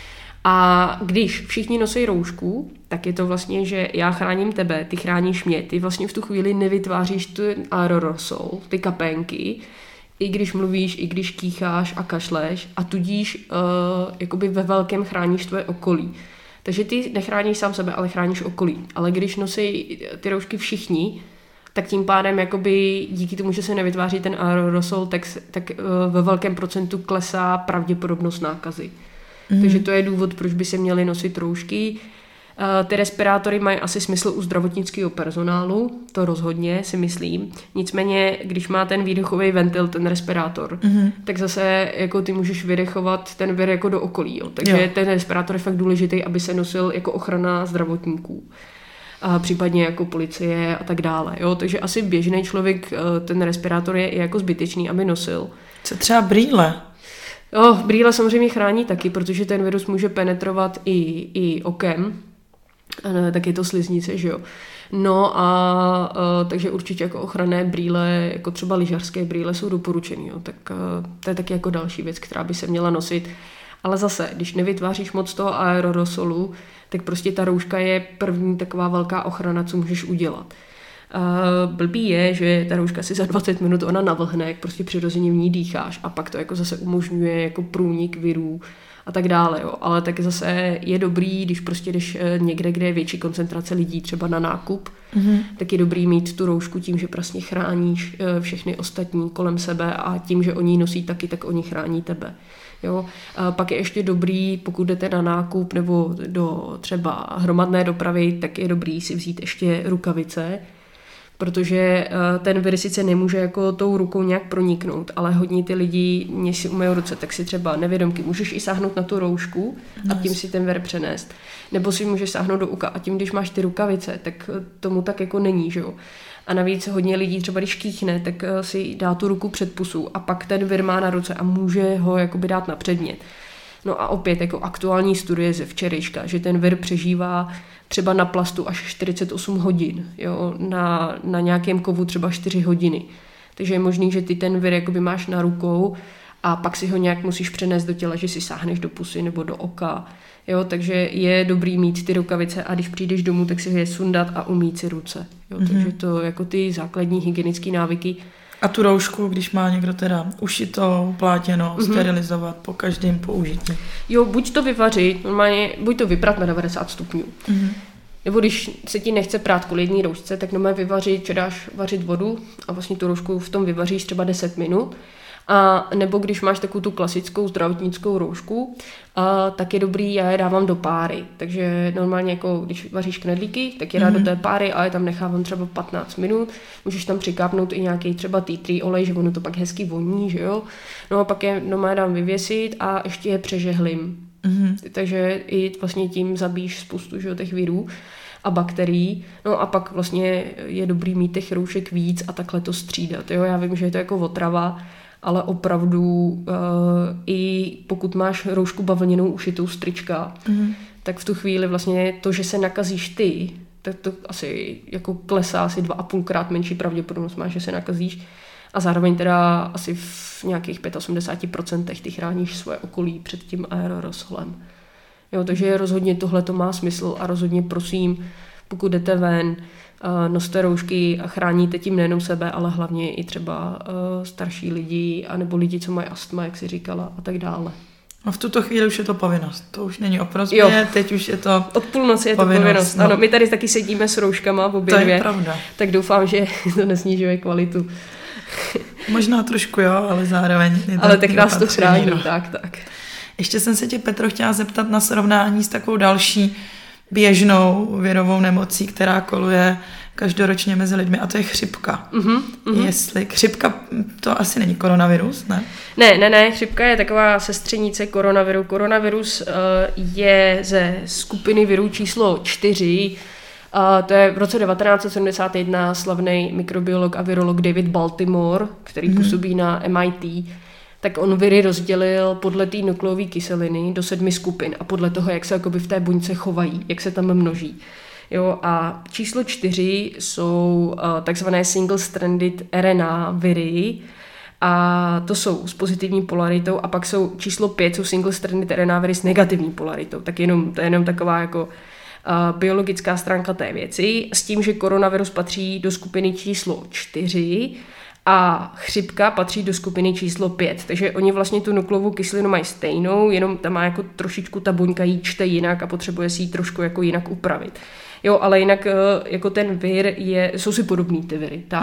A když všichni nosí roušku, tak je to vlastně, že já chráním tebe, ty chráníš mě, ty vlastně v tu chvíli nevytváříš ten aerosol, ty kapénky, i když mluvíš, i když kýcháš a kašleš a tudíž jakoby ve velkém chráníš tvoje okolí. Takže ty nechráníš sám sebe, ale chráníš okolí. Ale když nosí ty roušky všichni, tak tím pádem jakoby díky tomu, že se nevytváří ten aerosol, tak ve velkém procentu klesá pravděpodobnost nákazy. Takže to je důvod, proč by se měly nosit roušky. Ty respirátory mají asi smysl u zdravotnického personálu, to rozhodně si myslím. Nicméně, když má ten výdechový ventil, ten respirátor, tak zase jako ty můžeš vydechovat ten vir jako do okolí. Jo. Takže ten respirátor je fakt důležitý, aby se nosil jako ochrana zdravotníků. A případně jako policie a tak dále. Jo. Takže asi běžný člověk ten respirátor je jako zbytečný, aby nosil. Co třeba brýle? Jo, brýle samozřejmě chrání taky, protože ten virus může penetrovat i okem, tak je to sliznice, že jo. No a takže určitě jako ochranné brýle, jako třeba lyžařské brýle jsou doporučený, jo. Tak to je taky jako další věc, která by se měla nosit. Ale zase, když nevytváříš moc toho aerosolu, tak prostě ta rouška je první taková velká ochrana, co můžeš udělat. Blbý je, že ta rouška si za 20 minut ona navlhne, jak prostě přirozeně v ní dýcháš a pak to jako zase umožňuje jako průnik virů a tak dále, jo. Ale tak zase je dobrý, když prostě jdeš někde, kde je větší koncentrace lidí, třeba na nákup, tak je dobrý mít tu roušku tím, že prostě chráníš všechny ostatní kolem sebe a tím, že oni nosí taky, tak oni chrání tebe. Jo. A pak je ještě dobrý, pokud jdete na nákup nebo do třeba hromadné dopravy, tak je dobrý si vzít ještě rukavice, protože ten vir sice nemůže jako tou rukou nějak proniknout, ale hodně ty lidi, než si umyjou ruce, tak si třeba nevědomky můžeš i sáhnout na tu roušku a tím si ten vir přenést. Nebo si můžeš sáhnout do uka a tím, když máš ty rukavice, tak tomu tak jako není, že jo. A navíc hodně lidí třeba když kýchne, tak si dá tu ruku před pusu a pak ten vir má na ruce a může ho jakoby dát na předmět. No a opět jako aktuální studie ze včerejška, že ten vir přežívá třeba na plastu až 48 hodin, jo, na nějakém kovu třeba 4 hodiny. Takže je možný, že ty ten vir jakoby máš na rukou a pak si ho nějak musíš přenést do těla, že si sáhneš do pusy nebo do oka. Jo, takže je dobrý mít ty rukavice a když přijdeš domů, tak si je sundat a umýt si ruce. Jo, takže to jako ty základní hygienické návyky. A tu roušku, když má někdo teda ušitou, plátěnou, sterilizovat po každém použití. Jo, buď to vyvařit, normálně, buď to vyprat na 90 stupňů. Nebo když se ti nechce prát kvůli jedné roušce, tak normálně vyvařit, že dáš vařit vodu a vlastně tu roušku v tom vyvaříš třeba 10 minut. A nebo když máš takovou tu klasickou zdravotnickou roušku, tak je dobrý, já je dávám do páry. Takže normálně jako když vaříš knedlíky, tak je dám do té páry a je tam nechávám třeba 15 minut. Můžeš tam přikápnout i nějaký třeba tea tree olej, že ono to pak hezky voní, že jo. No a pak je normálně dám vyvěsit a ještě je přežehlím. Takže i vlastně tím zabíš spoustu, že jo, těch virů a bakterií. No a pak vlastně je dobrý mít těch roušek víc a takhle to střídat. Jo, já vím, že je to jako otrava, ale opravdu i pokud máš roušku bavlněnou ušitou z trička, tak v tu chvíli vlastně to, že se nakazíš ty, tak to asi jako klesá asi 2,5krát menší pravděpodobnost máš, že se nakazíš. A zároveň teda asi v nějakých 85% ty chráníš svoje okolí před tím aerosolem. Jo, takže rozhodně tohle to má smysl a rozhodně prosím, pokud jdete ven, noste roušky a chráníte tím nejenom sebe, ale hlavně i třeba starší lidi, anebo lidi, co mají astma, jak jsi říkala, a tak dále. A v tuto chvíli už je to povinnost. To už není o prosbě, teď už je to od půlnoci je to povinnost. No. Ano, my tady taky sedíme s rouškama obě dvě. To je pravda. Tak doufám, že to nesnižuje kvalitu. Možná trošku jo, ale zároveň ale tak nás to chrání, no. tak. Ještě jsem se tě, Petro, chtěla zeptat na srovnání s takovou další běžnou virovou nemocí, která koluje každoročně mezi lidmi, a to je chřipka. Jestli chřipka, to asi není koronavirus, ne? Ne, chřipka je taková sestřenice koronaviru. Koronavirus je ze skupiny virů číslo 4. To je v roce 1971 slavný mikrobiolog a virolog David Baltimore, který působí na MIT. Tak on viry rozdělil podle té nukleové kyseliny do 7 skupin a podle toho, jak se jakoby v té buňce chovají, jak se tam množí. Jo, a číslo 4 jsou takzvané single-stranded RNA viry a to jsou s pozitivní polaritou a pak jsou číslo 5 jsou single-stranded RNA viry s negativní polaritou. Tak to je jenom taková jako biologická stránka té věci s tím, že koronavirus patří do skupiny číslo 4 a chřipka patří do skupiny číslo 5. Takže oni vlastně tu nukleovou kyselinu mají stejnou, jenom tam má jako trošičku ta buňka jí čte jinak a potřebuje si ji trošku jako jinak upravit. Jo, ale jinak jako ten vir jsou si podobný ty viry. Tak.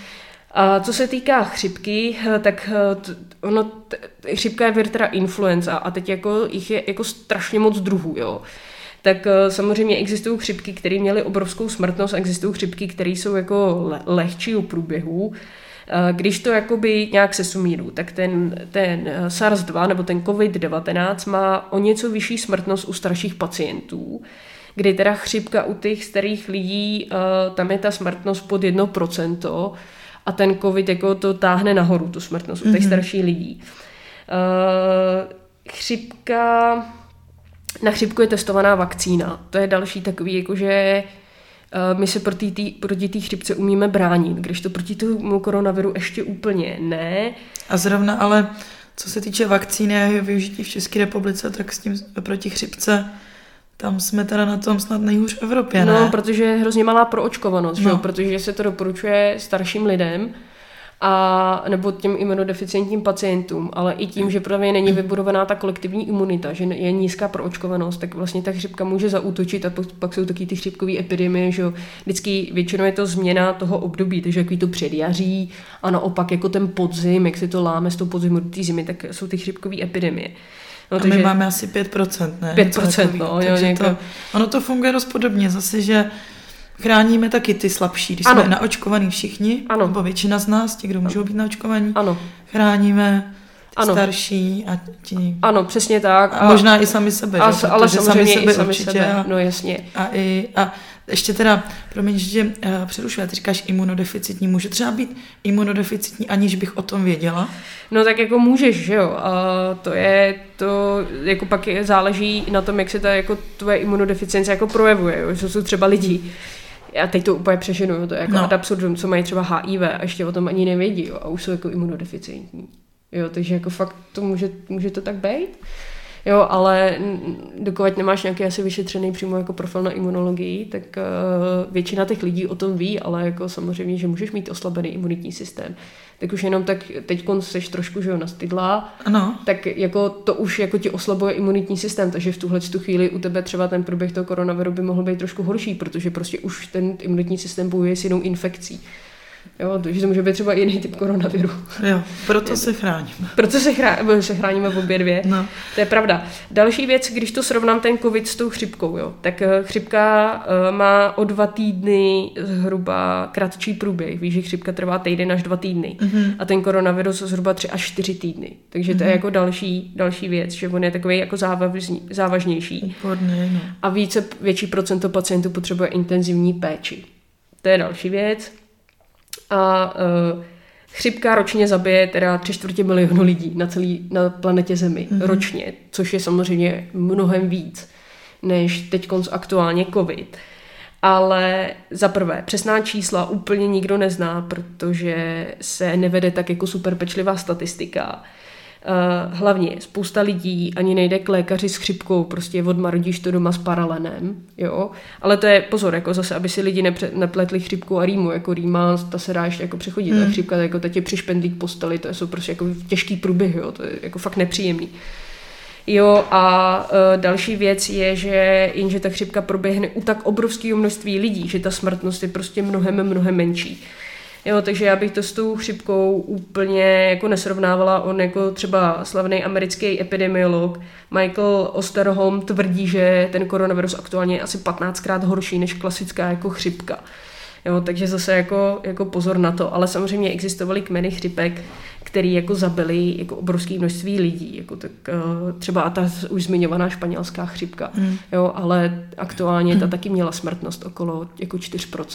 A co se týká chřipky, tak chřipka je vir teda influenza a teď jako jich je jako strašně moc druhů, jo. Tak samozřejmě existují chřipky, které měly obrovskou smrtnost, existují chřipky, které jsou jako lehčího průběhu. Když to jakoby nějak se sumíru, tak ten SARS-2 nebo ten COVID-19 má o něco vyšší smrtnost u starších pacientů, kdy teda chřipka u těch starých lidí, tam je ta smrtnost pod 1% a ten COVID jako to táhne nahoru, tu smrtnost u těch starších lidí. Chřipka, na chřipku je testovaná vakcína. To je další takový, jakože my se proti té chřipce umíme bránit, když to proti tomu koronaviru ještě úplně ne. A zrovna ale, co se týče vakcíny a jeho využití v České republice, tak s tím proti chřipce, tam jsme teda na tom snad nejhůř v Evropě, ne? No, protože je hrozně malá proočkovanost, že? Protože se to doporučuje starším lidem, a nebo těm imunodeficientním pacientům, ale i tím, že právě není vybudovaná ta kolektivní imunita, že je nízká proočkovanost, tak vlastně ta chřipka může zaútočit a pak jsou taky ty chřipkové epidemie, že vždycky většinou je to změna toho období, takže jaký to předjaří a naopak jako ten podzim, jak se to láme z toho podzimu do té zimy, tak jsou ty chřipkové epidemie. No, a my máme asi 5%, ne? 5%, no. Jo, ono to funguje dost podobně, zase, že chráníme taky ty slabší, když jsme naočkovaní všichni, nebo většina z nás, ti, kdo můžou být naočkovaní, chráníme starší a ti... Ano, přesně tak. A možná i sami sebe, že? Ale samozřejmě sami sebe určitě. Sebe. No jasně. A ještě teda, promiň, že přerušuji, ty říkáš imunodeficitní. Může třeba být imunodeficitní, aniž bych o tom věděla? No tak jako můžeš, že jo. A to jako pak záleží na tom, jak se ta jako tvoje imunodeficience jako projevuje, jo. Že jsou třeba lidi. Já teď to úplně přeženuju, to je jako ad absurdum, co mají třeba HIV a ještě o tom ani nevědí, jo, a už jsou jako imunodeficientní. Jo, takže jako fakt to může to tak být. Jo, ale dokud nemáš nějaký asi vyšetřený přímo jako profil na imunologii, tak většina těch lidí o tom ví, ale jako samozřejmě, že můžeš mít oslabený imunitní systém. Tak už jenom tak teďkon seš trošku, že jo, nastydlá, tak jako to už jako ti oslabuje imunitní systém, takže v tuhle chvíli u tebe třeba ten průběh toho koronaviru by mohl být trošku horší, protože prostě už ten imunitní systém bojuje s jinou infekcí. Jo, takže to může být třeba jiný typ koronaviru. Jo, proto se chráníme. Proto se chráníme v obě dvě. No. To je pravda. Další věc, když to srovnám ten covid s tou chřipkou, jo, tak chřipka má o 2 týdny zhruba kratší průběh. Víš, že chřipka trvá týden až 2 týdny. Mm-hmm. A ten koronavirus zhruba 3 až 4 týdny. Takže to je jako další věc, že on je takový jako závažnější. Výborně, no. A větší procento pacientů potřebuje intenzivní péči. To je další věc. A chřipka ročně zabije teda 3/4 milionu lidí na planetě Zemi ročně, což je samozřejmě mnohem víc než teďkonc aktuálně covid. Ale za prvé, přesná čísla úplně nikdo nezná, protože se nevede tak jako super pečlivá statistika. Hlavně spousta lidí ani nejde k lékaři s chřipkou, prostě odmarodíš to doma s paralenem, jo. Ale to je pozor, jako zase, aby si lidi nepletli chřipku a rýmu, jako rýma, ta se dá ještě jako přechodit, a chřipka, jako ta tě přišpendlí k posteli, to jsou prostě jako těžký průběh, jo, to je jako fakt nepříjemný. Jo, a další věc je, že jenže ta chřipka proběhne u tak obrovského množství lidí, že ta smrtnost je prostě mnohem menší. Jo, takže já bych to s tou chřipkou úplně jako nesrovnávala. On jako třeba slavný americký epidemiolog Michael Osterholm tvrdí, že ten koronavirus aktuálně je asi 15krát horší než klasická jako chřipka. Jo, takže zase jako pozor na to. Ale samozřejmě existovaly kmeny chřipek, který jako zabili jako obrovské množství lidí. Jako tak, třeba ta už zmiňovaná španělská chřipka. Jo, ale aktuálně ta taky měla smrtnost okolo jako 4%.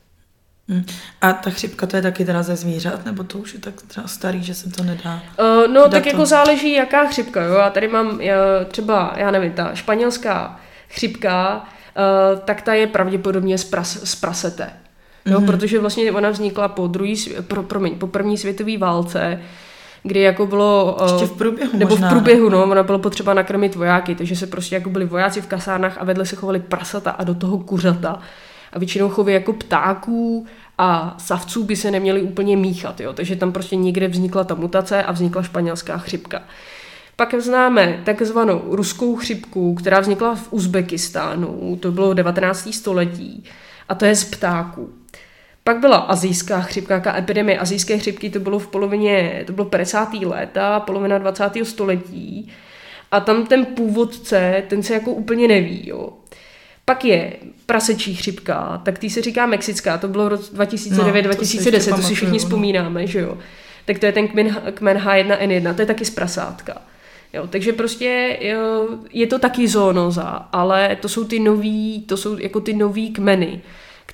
A ta chřipka, to je taky teda ze zvířat, nebo to už je tak třeba starý, že se to nedá? No tak jako záleží, jaká chřipka. Jo? Já tady mám třeba, já nevím, ta španělská chřipka, tak ta je pravděpodobně z prasete. Jo? Protože vlastně ona vznikla po první světové válce, kdy jako bylo... Ještě v průběhu nebo možná. V průběhu, no, ona bylo potřeba nakrmit vojáky, takže se prostě jako byli vojáci v kasárnách a vedle se chovali prasata a do toho kuřata. A většinou chovy jako ptáků a savců by se neměly úplně míchat, jo? Takže tam prostě někde vznikla ta mutace a vznikla španělská chřipka. Pak známe takzvanou ruskou chřipku, která vznikla v Uzbekistánu, to bylo 19. století, a to je z ptáků. Pak byla asijská chřipka, jaká epidemie asijské chřipky, to bylo 50. léta, polovina 20. století, a tam ten původce, ten se jako úplně neví, jo. Pak je prasečí chřipka, tak tý se říká mexická, to bylo v roce 2009-2010, to si všichni vzpomínáme, že jo. Tak to je ten kmen H1N1, to je taky z prasátka. Jo, takže prostě je to taky zoonóza, ale to jsou jako ty nový kmeny,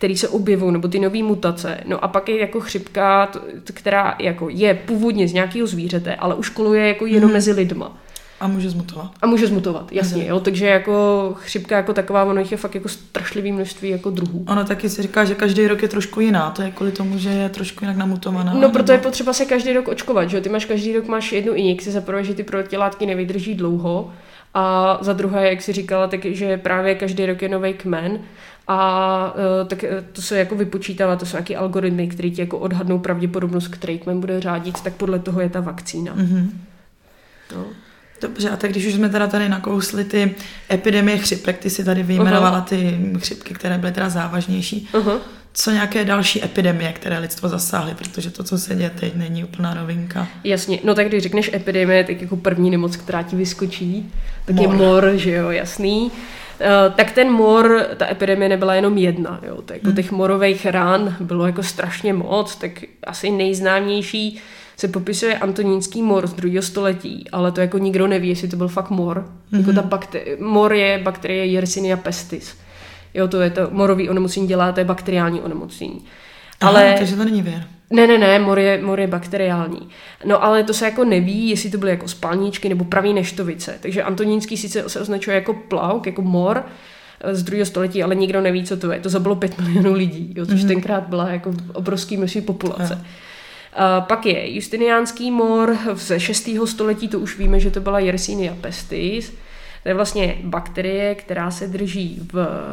který se objevují, nebo ty nové mutace. No a pak je jako chřipka, která jako je původně z nějakého zvířete, ale už koluje jako jenom mezi lidma. A může zmutovat. A může zmutovat, jasně, jo. Takže jako chřipka jako taková, ono jich je fakt jako strašlivý množství jako druhů. Ono taky si říká, že každý rok je trošku jiná, to je kvůli tomu, že je trošku jinak namutovaná. No, proto je potřeba se každý rok očkovat, že ty každý rok máš jednu injekci, za prvé, že ty protilátky nevydrží dlouho, a za druhé, jak jsi říkala, tak že právě každý rok je nový kmen a tak to se jako vypočítává, to jsou nějaký algoritmy, které ti jako odhadnou pravděpodobnost, který kmen bude řádit, tak podle toho je ta vakcína. No. Dobře, a tak když už jsme teda tady nakousli ty epidemie chřipek, ty si tady vyjmenovala ty chřipky, které byly teda závažnější. Co nějaké další epidemie, které lidstvo zasáhly, protože to, co se děje teď, není úplná novinka. Jasně, no tak když řekneš epidemie, tak jako první nemoc, která ti vyskočí, tak je mor, že jo, jasný. Tak ten mor, ta epidemie nebyla jenom jedna, jo, tak jako těch morových ran bylo jako strašně moc, tak asi nejznámější se popisuje antonínský mor z 2. století, ale to jako nikdo neví, jestli to byl fakt mor. Jako ta mor je bakterie Yersinia pestis. Jo, to je to morový onemocnění dělá, to je bakteriální onemocnění. Ale takže to není věr. Ne, mor je bakteriální. No ale to se jako neví, jestli to byly jako spalničky nebo pravý neštovice. Takže antonínský sice se označuje jako plauk, jako mor z 2. století, ale nikdo neví, co to je. To zabilo 5 milionů lidí, jo, což tenkrát byla jako obrovský množství populace. Pak je Justiniánský mor ze 6. století, to už víme, že to byla Yersinia pestis. To je vlastně bakterie, která se drží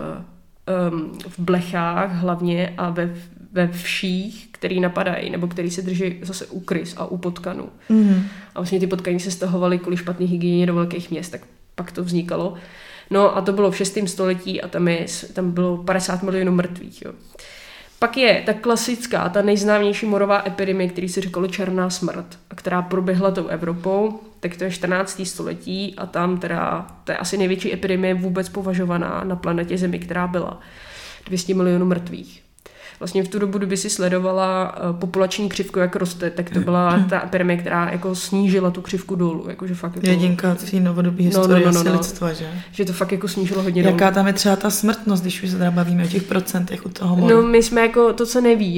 v blechách hlavně a ve vších, který napadají, nebo který se drží zase u krys a u potkanů. A vlastně ty potkany se stahovaly kvůli špatné hygieně do velkých měst, tak pak to vznikalo. No a to bylo v 6. století a tam bylo 50 milionů mrtvých. Jo. Pak je ta klasická, ta nejznámější morová epidemie, který se říkalo černá smrt, a která proběhla tou Evropou, tak to je 14. století a tam teda, to je asi největší epidemie vůbec považovaná na planetě Zemi, která byla. 200 milionů mrtvých. Vlastně v tu dobu, kdyby si sledovala populační křivku, jak roste, tak to byla ta epidemie, která jako snížila tu křivku dolů. Jakože fakt jako... Jedinka v té novodobí historie lidstva, že? Že to fakt jako snížilo hodně dolů. Jaká tam je třeba ta smrtnost, když už se teda bavíme o těch procentech u toho moru? No my jsme jako to, co neví,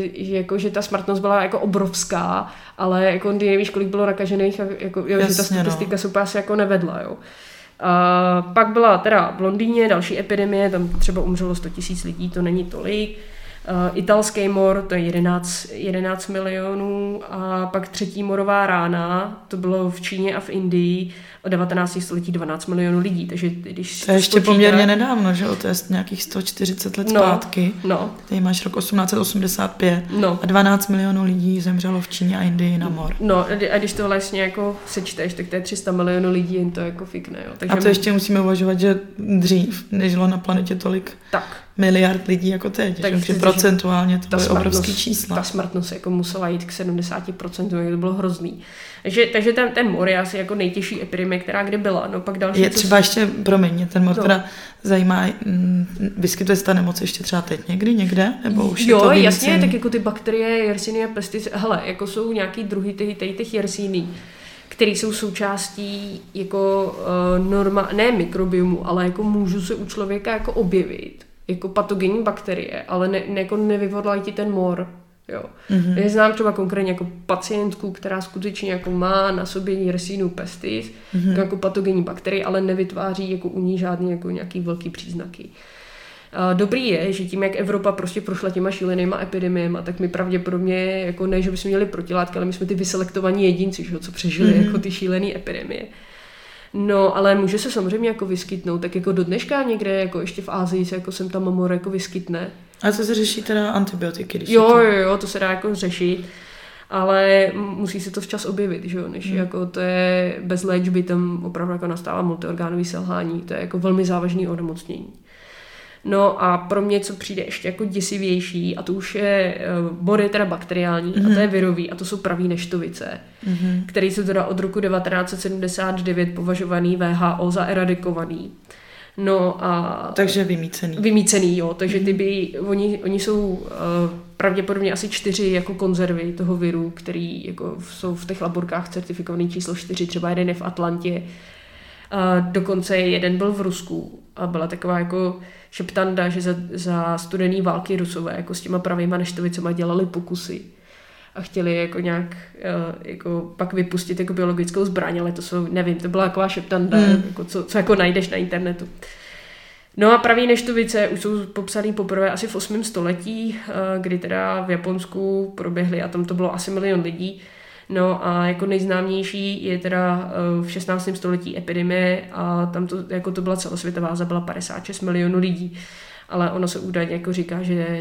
že ta smrtnost byla jako obrovská, ale jako ty nevíš, kolik bylo nakažených, jako, jo, jasně, že ta statistika se asi jako nevedla, jo. Pak byla teda v Londýně další epidemie, tam třeba umřelo 100 000 lidí, to není tolik. Italský mor, to je 11 milionů a pak třetí morová rána, to bylo v Číně a v Indii od 19. století 12 milionů lidí. Takže když to je ještě poměrně nedávno, že? To je nějakých 140 let zpátky. No. Tady máš rok 1885 a 12 milionů lidí zemřelo v Číně a Indii na mor. No a když to vlastně jako sečteš, tak to je 300 milionů lidí, jen to jako fikne. Jo. Takže a to ještě musíme uvažovat, že dřív nežilo na planetě tolik miliard lidí jako teď. Takže procentuálně to byly obrovský čísla. Ta smrtnost jako musela jít k 70%, to bylo hrozný. Takže ten mor je asi jako nejtěžší epidemie, která kdy byla. No pak další. Je třeba ještě, promiň, ten mor teda zajímá, vyskytuje se ta nemoc ještě třeba teď někde? Nebo už jo, je to jasně, tak jako ty bakterie Yersinia pestis, hele, jako jsou nějaký druhy těch Yersiní, které jsou součástí jako ne mikrobiomu, ale jako můžou se u člověka jako objevit jako patogenní bakterie, ale jako nevyvolají ti ten mor. Jo. Já znám třeba konkrétně jako pacientku, která skutečně jako má na sobě Yersinia pestis, jako patogenní bakterie, ale nevytváří jako u ní žádný jako nějaký velký příznaky. Dobrý je, že tím, jak Evropa prostě prošla těma šílenýma epidemiemi, tak my pravděpodobně, jako ne, že bychom měli protilátky, ale my jsme ty vyselektovaní jedinci, že, co přežili jako ty šílené epidemie. No, ale může se samozřejmě jako vyskytnout, tak jako do dneška někde, jako ještě v Asii se jako sem tam mor jako vyskytne. A co se řeší teda antibiotiky? Když jo, to se dá jako řešit, ale musí se to včas objevit, že jo, než jako to je bez léčby, tam opravdu jako nastává multiorgánový selhání, to je jako velmi závažný onemocnění. No a pro mě, co přijde ještě jako děsivější, a to už je, mor je teda bakteriální, a to je virový, a to jsou pravý neštovice, které jsou teda od roku 1979 považovaný WHO za eradikovaný. No a... Takže vymýcený. Vymýcený, jo, takže oni jsou pravděpodobně asi 4 jako konzervy toho viru, který jako jsou v těch laborkách certifikovaný číslo 4, třeba jeden je v Atlantě, A dokonce jeden byl v Rusku a byla taková jako šeptanda, že za studený války Rusové jako s těma pravýma neštovicema dělali pokusy a chtěli jako nějak jako pak vypustit jako biologickou zbraň, ale to jsou, nevím, to byla taková šeptanda, jako co jako najdeš na internetu. No a pravý neštovice už jsou popsaný poprvé asi v 8. století, kdy teda v Japonsku proběhly a tam to bylo asi 1 milion lidí. No a jako nejznámější je teda v 16. století epidemie a tam to byla celosvětová, zabila 56 milionů lidí. Ale ono se údajně jako říká, že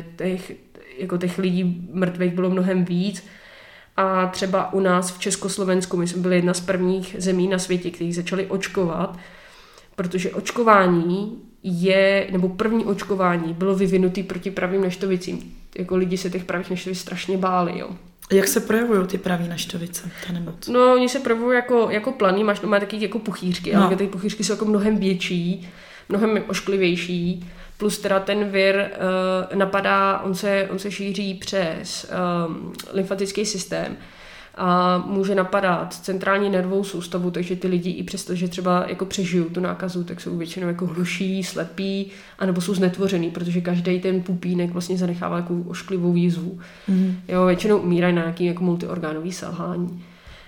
těch lidí mrtvých bylo mnohem víc. A třeba u nás v Československu my jsme byli jedna z prvních zemí na světě, kteří začali očkovat, protože očkování první očkování bylo vyvinutý proti pravým neštovicím. Jako lidi se těch pravých neštovic strašně báli, jo. Jak se projevují ty pravý neštovice, ta nemoc? No, oni se projevují jako planý, má taky jako puchýřky, ale ty puchýřky jsou jako mnohem větší, mnohem ošklivější, plus teda ten vir napadá, on se šíří přes lymfatický systém a může napadat centrální nervovou soustavu, takže ty lidi i přesto, že třeba jako přežijou tu nákazu, tak jsou většinou jako hluší, slepí, anebo jsou znetvořený, protože každý ten pupínek vlastně zanechává jako ošklivou jízvu. Jo, většinou umírají na nějaký jako multiorgánový selhání.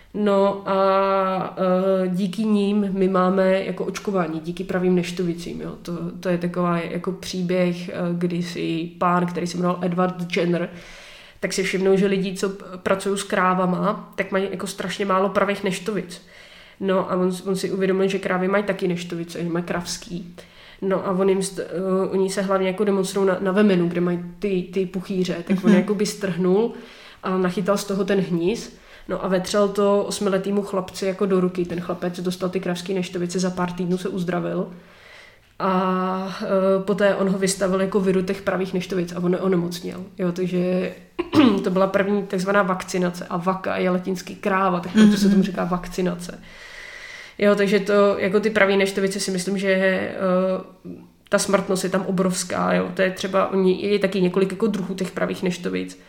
No a díky ním my máme jako očkování, díky pravým neštovicím. Jo. To je taková jako příběh, kdy si pán, který se jmenoval Edward Jenner, tak si všimnou, že lidi, co pracují s krávama, tak mají jako strašně málo pravých neštovic. No a on si uvědomil, že krávy mají taky neštovice, že mají kravský. No a oni se hlavně jako demonstrují na vemenu, kde mají ty puchýře, tak on jako by strhnul a nachytal z toho ten hníz. No a vetřel to 8letýmu chlapci jako do ruky. Ten chlapec dostal ty kravský neštovice, za pár týdnů se uzdravil. A poté on ho vystavil jako viru těch pravých neštovic a on neonemocněl. Jo, takže to byla první takzvaná vakcinace. A vaka je latinský kráva, tak proto se tomu říká vakcinace. Jo, takže to, jako ty pravý neštovice si myslím, že ta smrtnost je tam obrovská. Jo. To je třeba, je taky několik jako druhů těch pravých neštovic.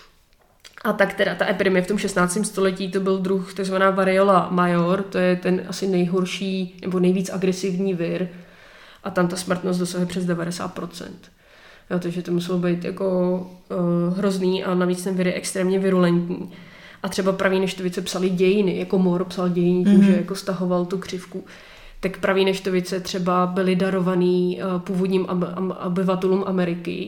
A tak teda ta epidemie v tom 16. století to byl druh takzvaná variola major, to je ten asi nejhorší nebo nejvíc agresivní vir. A tam ta smrtnost dosahuje přes 90%. Jo, takže to muselo být jako hrozný a navíc ten vir je extrémně virulentní. A třeba pravý neštovice psali dějiny, jako Moore psal dějiny tím, že jako stahoval tu křivku. Tak pravý neštovice třeba byly darovaný původním obyvatelům Ameriky.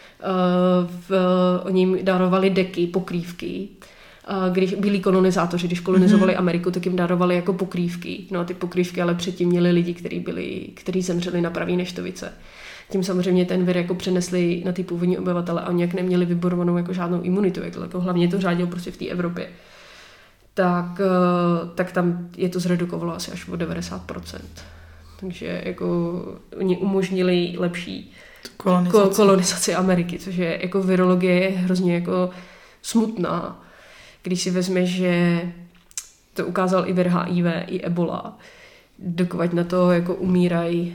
Oni jim darovali deky, pokrývky. Když byli kolonizátoři, když kolonizovali Ameriku, tak jim darovali jako pokrývky. No a ty pokrývky ale předtím měli lidi, kteří zemřeli na pravý neštovice. Tím samozřejmě ten vir jako přenesli na ty původní obyvatele a oni jak neměli vybudovanou jako žádnou imunitu, jako hlavně to řádilo prostě v té Evropě. Tak tam je to zredukovalo asi až o 90%. Takže jako oni umožnili lepší kolonizaci Ameriky, což je jako virologie je hrozně jako smutná. Když si vezmeš, že to ukázal i vir HIV, i ebola, dokud na to jako umírají,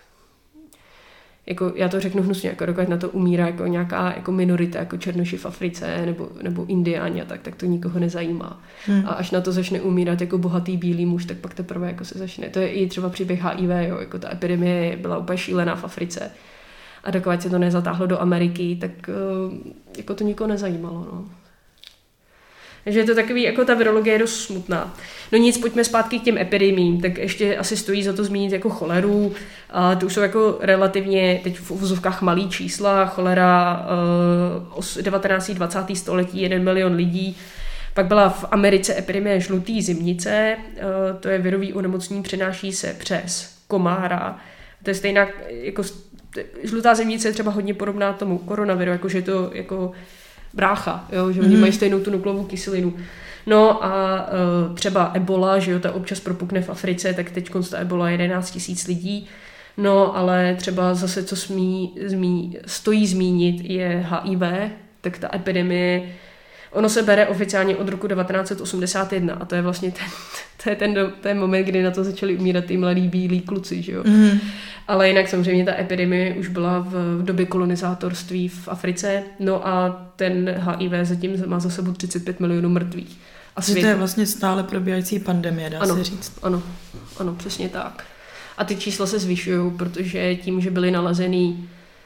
jako já to řeknu hnusně, jako dokud na to umírá jako nějaká jako minorita, jako černoši v Africe nebo Indiáni a tak to nikoho nezajímá. A až na to začne umírat jako bohatý bílý muž, tak pak teprve jako se začne. To je i třeba příběh HIV, jo, jako ta epidemie byla úplně šílená v Africe. A dokud se to nezatáhlo do Ameriky, tak jako to nikoho nezajímalo, no. Takže je to takový, jako ta virologie je dost smutná. No nic, pojďme zpátky k těm epidemiím, tak ještě asi stojí za to zmínit jako choleru. A to už jsou jako relativně, teď v uvozovkách malý čísla, cholera 19. 20. století, 1 milion lidí. Pak byla v Americe epidemie žlutý zimnice, to je virový onemocnění, přenáší se přes komára. To je stejná, jako žlutá zimnice je třeba hodně podobná tomu koronaviru, jakože je to jako brácha, jo, že oni mají stejnou tu nukleovou kyselinu. No a třeba ebola, že jo, ta občas propukne v Africe, tak teď ta ebola je 11 000 lidí. No, ale třeba zase, co stojí zmínit, je HIV, tak ta epidemie, ono se bere oficiálně od roku 1981 a to je vlastně ten moment, kdy na to začali umírat ty mladí bílí kluci, že jo. Ale jinak samozřejmě ta epidemie už byla v době kolonizátorství v Africe, no a ten HIV zatím má za sebou 35 milionů mrtvých. A to je vlastně stále probíhající pandemie, dá se říct. Ano. ano, přesně tak. A ty čísla se zvyšují, protože tím, že byly nalezený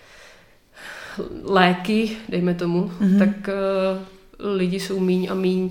léky, dejme tomu, tak lidi jsou míň a míň,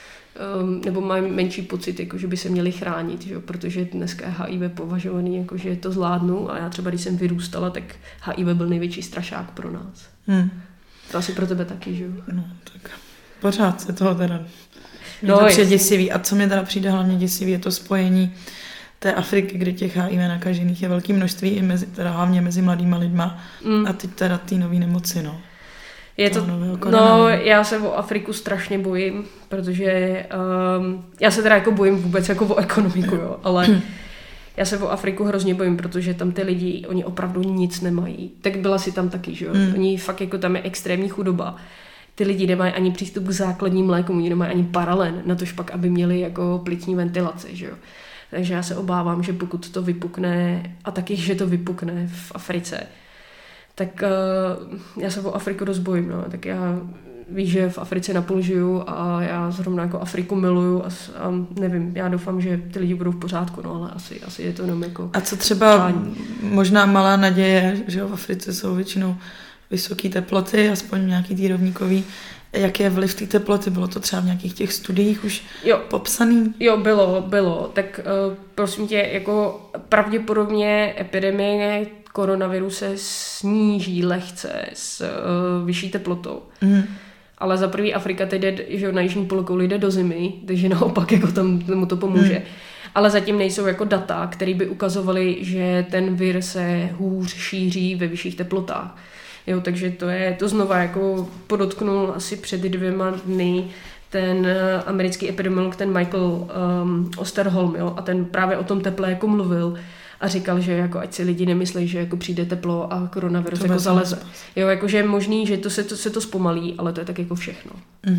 nebo mají menší pocit, jako že by se měli chránit, že? Protože dneska je HIV považovaný, jako že to zvládnu a já třeba, když jsem vyrůstala, tak HIV byl největší strašák pro nás. To asi pro tebe taky, že jo? No, tak pořád se toho teda mě to přijde děsivý. A co mě teda přijde hlavně děsivý, je to spojení té Afriky, kde těch HIV nakažených je velké množství, i teda hlavně mezi mladýma lidma a teď teda ty nový nemoci, no. Je to, no, já se o Afriku strašně bojím, protože já se teda jako bojím vůbec jako o ekonomiku, jo, ale já se o Afriku hrozně bojím, protože tam ty lidi, oni opravdu nic nemají. Tak byla si tam taky, že jo. Oni fakt jako tam je extrémní chudoba. Ty lidi nemají ani přístup k základním lékům, oni nemají ani paralen, na tož pak, aby měli jako plicní ventilaci, že jo. Takže já se obávám, že pokud to vypukne, a taky, že to vypukne v Africe, tak já se o Afriku dost bojím, no. Tak já víš, že v Africe napůl žiju a já zrovna jako Afriku miluju a nevím, já doufám, že ty lidi budou v pořádku, no, ale asi je to jenom jako... A co třeba možná malá naděje, že v Africe jsou většinou vysoké teploty, aspoň nějaký tý rovníkový. Jak je vliv té teploty? Bylo to třeba v nějakých těch studiích už popsaný? Jo, bylo. Tak prosím tě, jako pravděpodobně epidemie koronaviru se sníží lehce s vyšší teplotou. Ale za prvý Afrika teď jde, že na jižní polokouli jde do zimy, takže naopak jako tam mu to pomůže. Ale zatím nejsou jako data, které by ukazovaly, že ten vir se hůř šíří ve vyšších teplotách. Jo, takže to znova jako podotknul asi před 2 dny ten americký epidemiolog, ten Michael Osterholm, jo, a ten právě o tom teple jako mluvil a říkal, že jako ať si lidi nemyslí, že jako přijde teplo a koronavirus jako zaleze. Jo, jakože je možný, že se to zpomalí, ale to je tak jako všechno.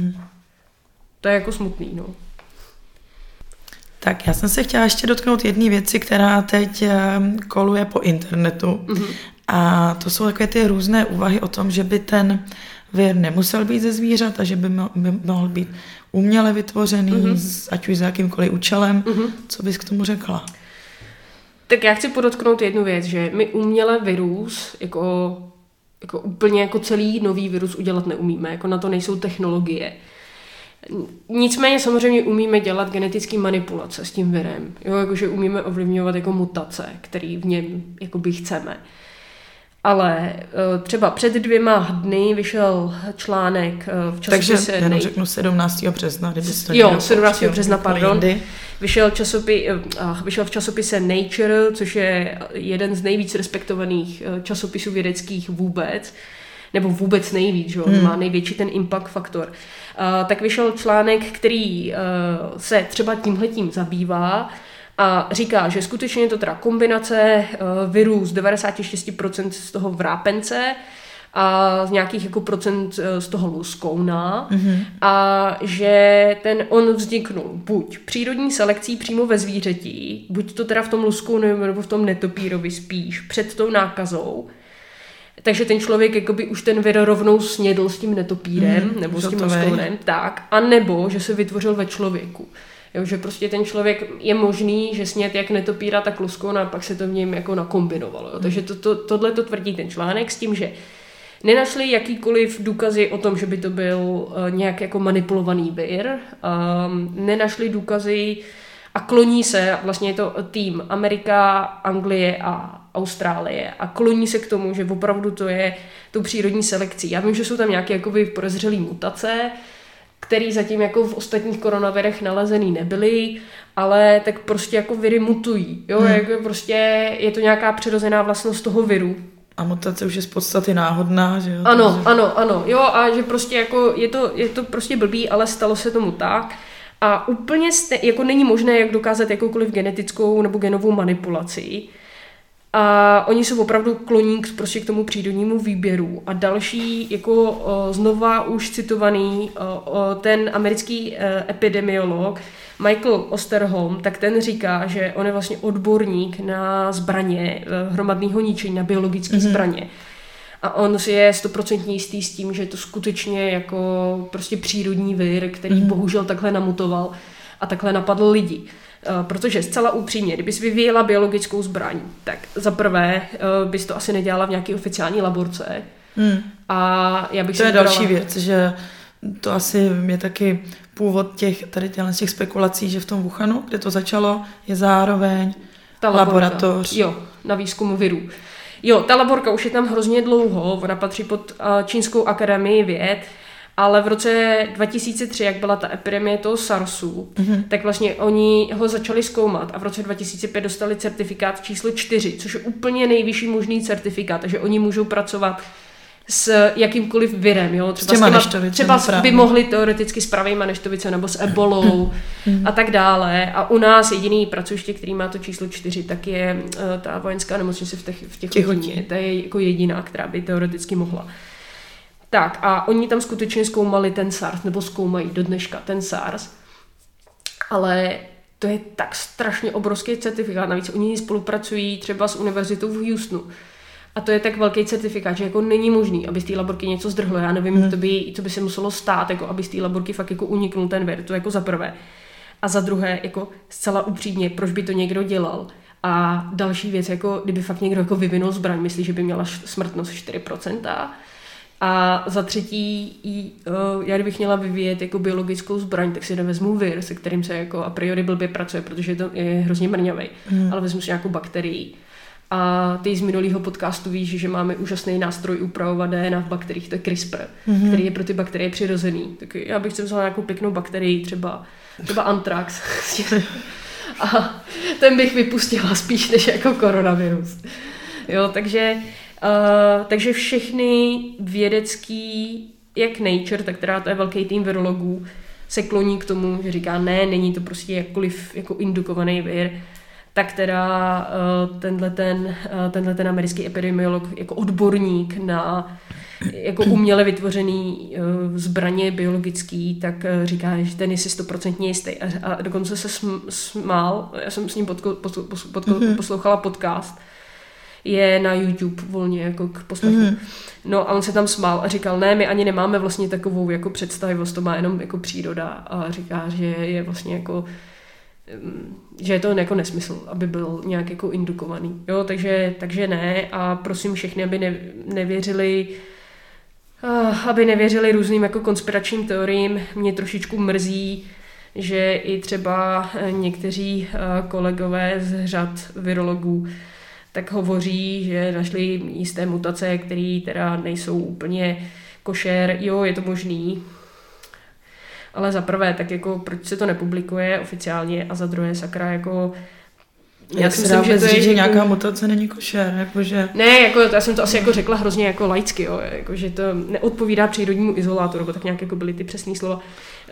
To je jako smutný, no. Tak já jsem se chtěla ještě dotknout jedné věci, která teď koluje po internetu. A to jsou takové ty různé úvahy o tom, že by ten vir nemusel být ze zvířat a že by mohl být uměle vytvořený, ať už za jakýmkoliv účelem. Co bys k tomu řekla? Tak já chci podotknout jednu věc, že my uměle virus, jako úplně jako celý nový virus udělat neumíme, jako na to nejsou technologie. Nicméně samozřejmě umíme dělat genetické manipulace s tím virem, jo, jakože umíme ovlivňovat jako mutace, který v něm jakoby chceme. Ale třeba před 2 dny vyšel článek v časopise... Takže jenom řeknu 17. března, kdyby to 17. března, pardon. Vyšel v časopise Nature, což je jeden z nejvíc respektovaných časopisů vědeckých vůbec, nebo vůbec nejvíc, že? Má největší ten impact faktor. Tak vyšel článek, který se třeba tímhletím zabývá a říká, že skutečně je to teda kombinace virů z 96% z toho vrápence a z nějakých jako procent z toho luskouna a že on vzniknul buď přírodní selekcí přímo ve zvířeti, buď to teda v tom luskounu nebo v tom netopírovi spíš před tou nákazou. Takže ten člověk jakoby už ten vir rovnou snědl s tím netopírem nebo s tím luskounem, tak, a nebo že se vytvořil ve člověku. Jo, že prostě ten člověk je možný, že sněd jak netopíra, tak luskoun a pak se to v něm jako nakombinovalo. Jo. Takže tohle to tvrdí ten článek s tím, že nenašli jakýkoliv důkazy o tom, že by to byl nějak jako manipulovaný vir. Nenašli důkazy a kloní se, vlastně je to tým Amerika, Anglie a Austrálie a kloní se k tomu, že opravdu to je tou přírodní selekcí. Já vím, že jsou tam nějaké jakoby podezřelé mutace, které zatím jako v ostatních koronavirech nalezený nebyly, ale tak prostě jako viry mutují. Jo? Jako prostě je to nějaká přirozená vlastnost toho viru. A mutace už je z podstaty náhodná, že jo? Ano. Jo, a že prostě jako je to prostě blbý, ale stalo se tomu tak. A úplně jako není možné, jak dokázat jakoukoliv genetickou nebo genovou manipulaci. A oni jsou opravdu kloní prostě k tomu přírodnímu výběru. A další, jako znova už citovaný, ten americký epidemiolog Michael Osterholm, tak ten říká, že on je vlastně odborník na zbraně hromadného ničení, na biologické zbraně. A on si je 100% jistý s tím, že je to skutečně jako prostě přírodní vir, který bohužel takhle namutoval a takhle napadl lidi. Protože zcela upřímně, kdybys vyvíjela biologickou zbraň, tak za prvé bys to asi nedělala v nějaké oficiální laborce. A já bych to je další věc, že to asi je taky původ těch spekulací, že v tom Wuhanu, kde to začalo, je zároveň ta laboratoř. Jo, na výzkum virů. Jo, ta laborka už je tam hrozně dlouho, ona patří pod Čínskou akademii věd, ale v roce 2003, jak byla ta epidemie toho SARSu, tak vlastně oni ho začali zkoumat a v roce 2005 dostali certifikát číslo 4, což je úplně nejvyšší možný certifikát, takže oni můžou pracovat s jakýmkoliv virem, jo? Třeba by mohli teoreticky s pravejma neštovice nebo s ebolou a tak dále. A u nás jediný pracoviště, který má to číslo 4, tak je ta vojenská nemocnice v Těchotíně. To je jako jediná, která by teoreticky mohla. Tak a oni tam skutečně zkoumali ten SARS, nebo zkoumají do dneška ten SARS, ale to je tak strašně obrovský certifikát. Navíc oni spolupracují třeba s univerzitou v Houstonu. A to je tak velký certifikát, že jako není možný, aby z té laborky něco zdrhlo. Já nevím, co by se muselo stát, jako aby z té laborky fakt jako uniknul ten vir. To jako za prvé. A za druhé, jako zcela upřímně, proč by to někdo dělal? A další věc, jako kdyby fakt někdo jako vyvinul zbraň, myslí, že by měla smrtnost 4%. A za třetí, já kdybych měla vyvíjet jako biologickou zbraň, tak si nevezmu vir, se kterým se jako a priori blbě pracuje, protože to je hrozně mrňavej, ale vezmu si nějakou bakterii. A ty z minulého podcastu víš, že máme úžasný nástroj upravovat DNA v bakteriích, to je CRISPR, který je pro ty bakterie přirozený. Tak já bych si vzala nějakou pěknou bakterii, třeba antrax. A ten bych vypustila spíš než jako koronavirus. Jo, takže všechny vědecký, jak Nature, tak která to je velký tým virologů, se kloní k tomu, že říká, ne, není to prostě jakkoliv jako indukovaný vir, tak teda tenhle ten americký epidemiolog jako odborník na jako uměle vytvořený zbraně biologický, tak říká, že ten je si 100% jistý. A dokonce se smál, já jsem s ním poslouchala podcast, je na YouTube volně jako k poslechu. No a on se tam smál a říkal, ne, my ani nemáme vlastně takovou jako představivost, to má jenom jako příroda a říká, že je vlastně jako že je to jako nesmysl, aby byl nějak jako indukovaný. Jo, takže ne a prosím všechny, aby nevěřili různým jako konspiračním teoriím. Mě trošičku mrzí, že i třeba někteří kolegové z řad virologů tak hovoří, že našli jisté mutace, které teda nejsou úplně košer. Jo, je to možný, ale za prvé, tak jako proč se to nepublikuje oficiálně a za druhé sakra jako já si myslím, že to je že nějaká mutace není košer, jakože ne, jako já jsem to asi jako řekla hrozně jako laicky, jo, jako že to neodpovídá přírodnímu izolátu, nebo tak nějak jako byly ty přesný slova.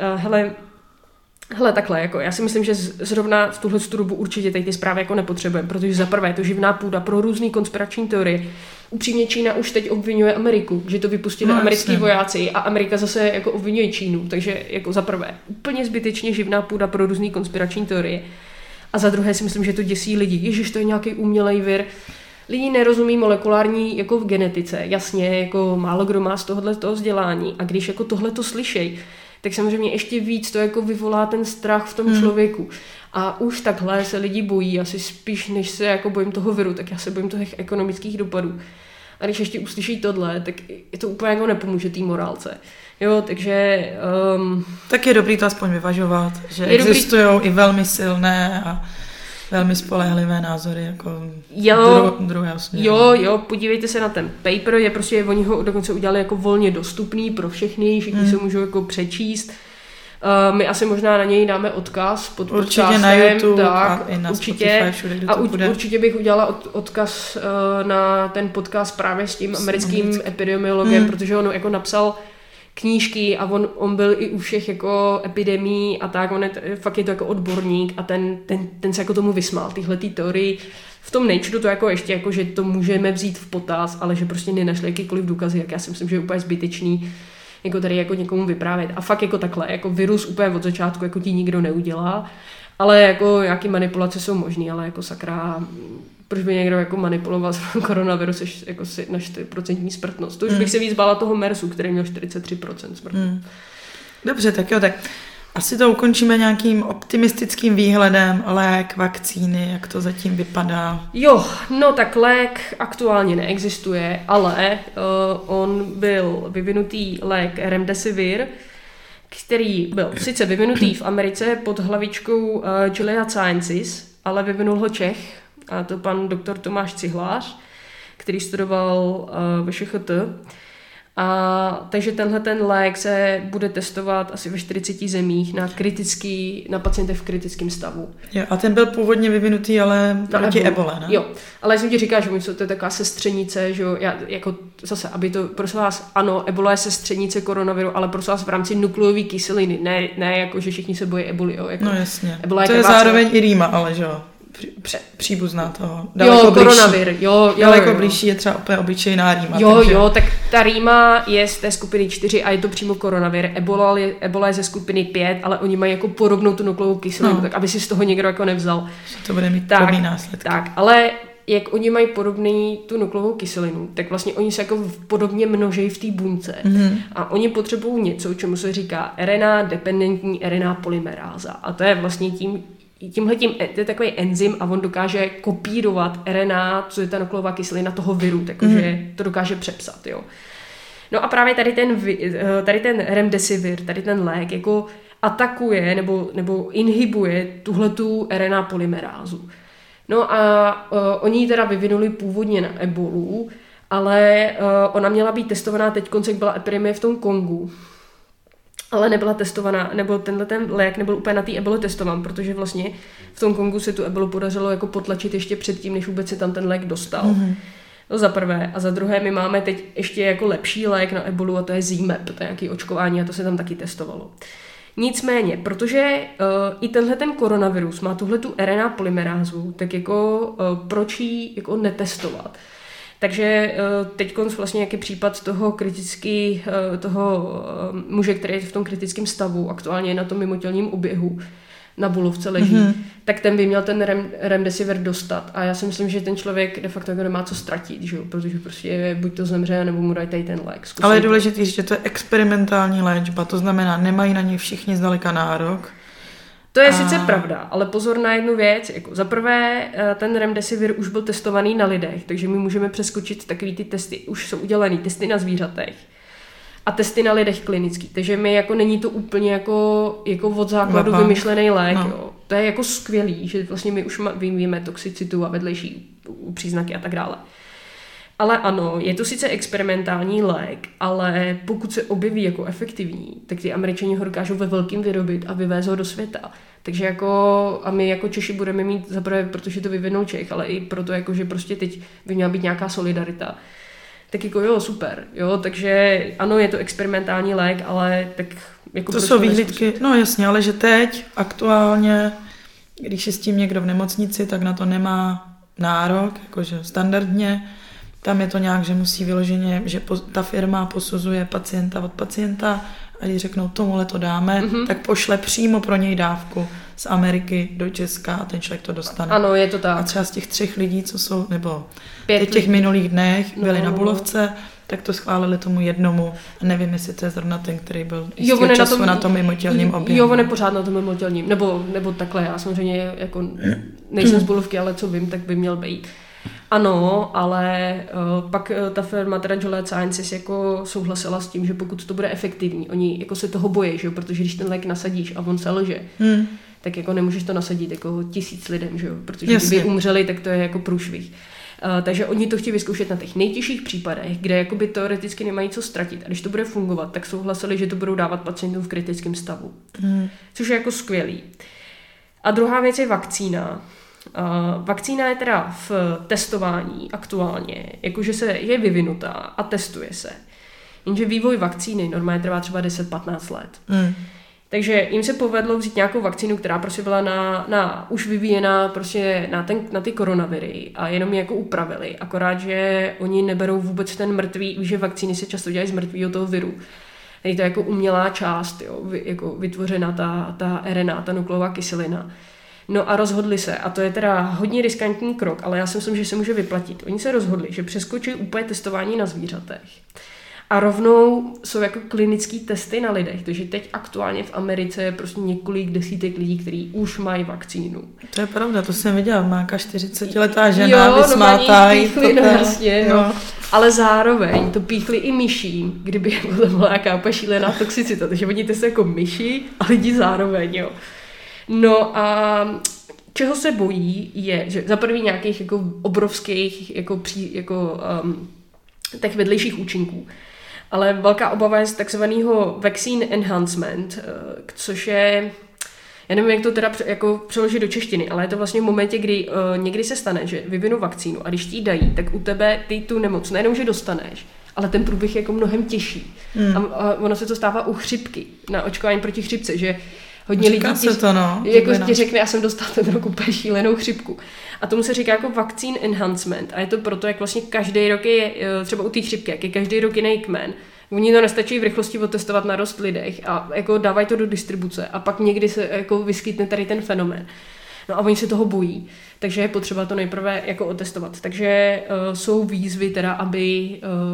Hele, takhle, jako já si myslím, že zrovna v tuhle dobu určitě tady ty zprávy jako nepotřebujeme, protože za prvé je to živná půda pro různý konspirační teorie. Upřímně Čína už teď obvinuje Ameriku, že to vypustili americký vojáci a Amerika zase jako obvinuje Čínu, takže jako za prvé úplně zbytečně živná půda pro různý konspirační teorie. A za druhé si myslím, že to děsí lidi. Ježiš, to je nějaký umělej vir. Lidi nerozumí molekulární jako v genetice. Jasně, jako málo kdo má z tohoto vzdělání. A když jako tohleto slyšej, tak samozřejmě ještě víc to jako vyvolá ten strach v tom člověku. A už takhle se lidi bojí, asi spíš než se jako bojím toho viru, tak já se bojím těch ekonomických dopadů. A když ještě uslyší tohle, tak je to úplně jako nepomůže té morálce. Jo, takže tak je dobrý to aspoň vyvažovat, že existují i velmi silné a velmi spolehlivé názory jako druhého směru. Jo, podívejte se na ten paper, je prostě oni ho dokonce udělali jako volně dostupný pro všechny, všichni se můžou jako přečíst. My asi možná na něj dáme odkaz pod určitě podcastem. Na YouTube tak, a i na určitě, Spotify, všude, kde to bude. Určitě bych udělala odkaz na ten podcast právě s tím americkým epidemiologem, protože on jako napsal knížky a on byl i u všech jako epidemií a tak, fakt je to jako odborník a ten se jako tomu vysmál, tyhletý teorii. V tom Nature to jako ještě jako, že to můžeme vzít v potaz, ale že prostě nenašli jakýkoliv důkazy, jak já si myslím, že je úplně zbytečný jako tady jako někomu vyprávět. A fakt jako takhle, jako virus úplně od začátku jako ti nikdo neudělá, ale jako nějaký manipulace jsou možný, ale jako sakra, proč by někdo jako manipuloval s koronavirus jako na 4% smrtnost. To už bych se víc bála toho MERSu, který měl 43% smrtnost. Dobře, tak jo, tak Asi to ukončíme nějakým optimistickým výhledem, lék, vakcíny, jak to zatím vypadá. Jo, no tak lék aktuálně neexistuje, ale on byl vyvinutý lék Remdesivir, který byl sice vyvinutý v Americe pod hlavičkou Gilead Sciences, ale vyvinul ho Čech, a to pan doktor Tomáš Cihlář, který studoval VŠHT. Takže tenhle ten lék se bude testovat asi ve 40 zemích na pacientech v kritickém stavu. Jo, a ten byl původně vyvinutý, ale proti ebole, ne? Jo, ale já jsem ti říkala, že to je taková sestřenice, že jo, jako zase, aby to, prosím vás, ano, ebola je sestřenice koronaviru, ale prosím vás v rámci nukleové kyseliny, ne jako, že všichni se bojí eboli, jo. Jako, no jasně, ebola to je zároveň i rýma, ale že jo. Příbuzná toho. Daleko jo, koronavir, jo. Daleko blížší je třeba úplně obyčejná rýma. Jo, tak ta rýma je z té skupiny 4 a je to přímo koronavir. Ebola je ze skupiny 5, ale oni mají jako podobnou tu nukleovou kyselinu, tak aby si z toho někdo jako nevzal. To bude mít podobný následky. Tak, ale jak oni mají podobný tu nukleovou kyselinu, tak vlastně oni se jako podobně množejí v té buňce. A oni potřebují něco, čemu se říká RNA dependentní RNA polymeráza. A to je vlastně tímhletím, to je takový enzym a on dokáže kopírovat RNA, co je ta nukleová kyselina toho viru, takže to dokáže přepsat, jo. No a právě tady ten Remdesivir, tady ten lék, jako atakuje nebo inhibuje tuhletu RNA polymerázu. No a oni ji teda vyvinuli původně na ebolu, ale ona měla být testovaná teď, jak byla epidemie v tom Kongu. Ale nebyla testovaná, nebo tenhle ten lék nebyl úplně na té ebole testovan, protože vlastně v tom Kongu se tu ebolu podařilo jako potlačit ještě předtím, než vůbec se tam ten lék dostal. To za prvé. A za druhé, my máme teď ještě jako lepší lék na ebolu a to je ZMapp, to je nějaký očkování a to se tam taky testovalo. Nicméně, protože i tenhle ten koronavirus má tuhletu RNA polymerázu, tak jako proč ji jako netestovat? Takže teď vlastně jaký případ toho muže, který je v tom kritickém stavu, aktuálně je na tom mimotělním oběhu, na Bulovce leží, tak ten by měl ten Remdesivir dostat. A já si myslím, že ten člověk de facto nemá co ztratit, že jo? Protože prostě buď to zemře, nebo mu dají tady ten lék. Ale je důležité, že to je experimentální léčba, to znamená, nemají na ní všichni zdaleka nárok. To je sice pravda, ale pozor na jednu věc. Jako za prvé, ten Remdesivir už byl testovaný na lidech, takže my můžeme přeskočit takový ty testy. Už jsou udělaný testy na zvířatech a testy na lidech klinický. Takže my jako není to úplně jako od základu vymyšlený lék. No. Jo. To je jako skvělý, že vlastně my už víme toxicitu a vedlejší příznaky a tak dále. Ale ano, je to sice experimentální lék, ale pokud se objeví jako efektivní, tak ty Američani ho dokážou ve velkým vyrobit a vyvést ho do světa. Takže jako, a my jako Češi budeme mít zaprvé, protože to vyvinul Čech, ale i proto, jako, že prostě teď by měla být nějaká solidarita. Tak jako jo, super, jo, takže ano, je to experimentální lék, ale tak jako... To jsou výhlídky, no jasně, ale že teď aktuálně, když je s tím někdo v nemocnici, tak na to nemá nárok, jakože standardně. Tam je to nějak, že musí vyloženě, že ta firma posuzuje pacienta od pacienta a když řeknou, tomuhle to dáme, tak pošle přímo pro něj dávku z Ameriky do Česka a ten člověk to dostane. Ano, je to tak. A třeba z těch 3 lidí, co jsou, nebo těch minulých dnech byli na Bulovce, tak to schválili tomu jednomu. A nevím, jestli to je zrovna ten, který byl času na tom mimotělním objemu. Jo, on je pořád na tom mimotělním. Nebo takhle, já samozřejmě jako nejsem z Bulovky, ale co vím, tak by měl být. Ano, ale pak ta firma teda Gilead Sciences jako souhlasila s tím, že pokud to bude efektivní, oni jako se toho bojí, že jo? Protože když ten lék nasadíš a on selže, tak jako nemůžeš to nasadit jako 1000 lidem, že jo? Protože kdyby umřeli, tak to je jako průšvih. Takže oni to chtějí vyzkoušet na těch nejtěžších případech, kde jakoby teoreticky nemají co ztratit. A když to bude fungovat, tak souhlasili, že to budou dávat pacientům v kritickém stavu. Což je jako skvělý. A druhá věc je vakcína. Vakcína je teda v testování aktuálně, jakože je vyvinutá a testuje se. Jenže vývoj vakcíny normálně trvá třeba 10-15 let. Takže jim se povedlo vzít nějakou vakcínu, která prostě byla už vyvíjená prostě na ty koronaviry a jenom ji jako upravili. Akorát, že oni neberou vůbec ten mrtvý, že vakcíny se často dělají z mrtvýho toho viru. Je to jako umělá část, jo, jako vytvořená ta RNA, ta nukleová kyselina. No a rozhodli se, a to je teda hodně riskantní krok, ale já si myslím, že se může vyplatit. Oni se rozhodli, že přeskočí úplně testování na zvířatech. A rovnou jsou jako klinický testy na lidech, takže teď aktuálně v Americe je prostě několik desítek lidí, kteří už mají vakcínu. To je pravda, to jsem viděla, máka 40letá žena, vysmátají. No jasně, no. Ale zároveň to píchli i myší, kdyby to byla nějaká úplně šílená toxicita, takže oni testují jako myši a lidi zároveň, jo. No a čeho se bojí je, že za první nějakých jako obrovských těch vedlejších účinků. Ale velká obava je z takzvaného vaccine enhancement, což je, já nevím, jak to teda jako přeložit do češtiny, ale je to vlastně v momentě, kdy někdy se stane, že vyvinou vakcínu a když ti ji dají, tak u tebe ty tu nemoc nejenom, že dostaneš, ale ten průběh je jako mnohem těžší. A ono se to stává u chřipky, na očkování proti chřipce, že hodně lidí ti řekne, já jsem dostal ten rok úplně šílenou chřipku. A tomu se říká jako vaccine enhancement. A je to proto, jak vlastně každý rok je, třeba u té chřipky, jak je každý rok jiný kmen. Oni to nestačí v rychlosti otestovat na dost lidech a jako dávají to do distribuce. A pak někdy se jako vyskytne tady ten fenomén. No a oni se toho bojí. Takže je potřeba to nejprve jako otestovat. Takže jsou výzvy teda, aby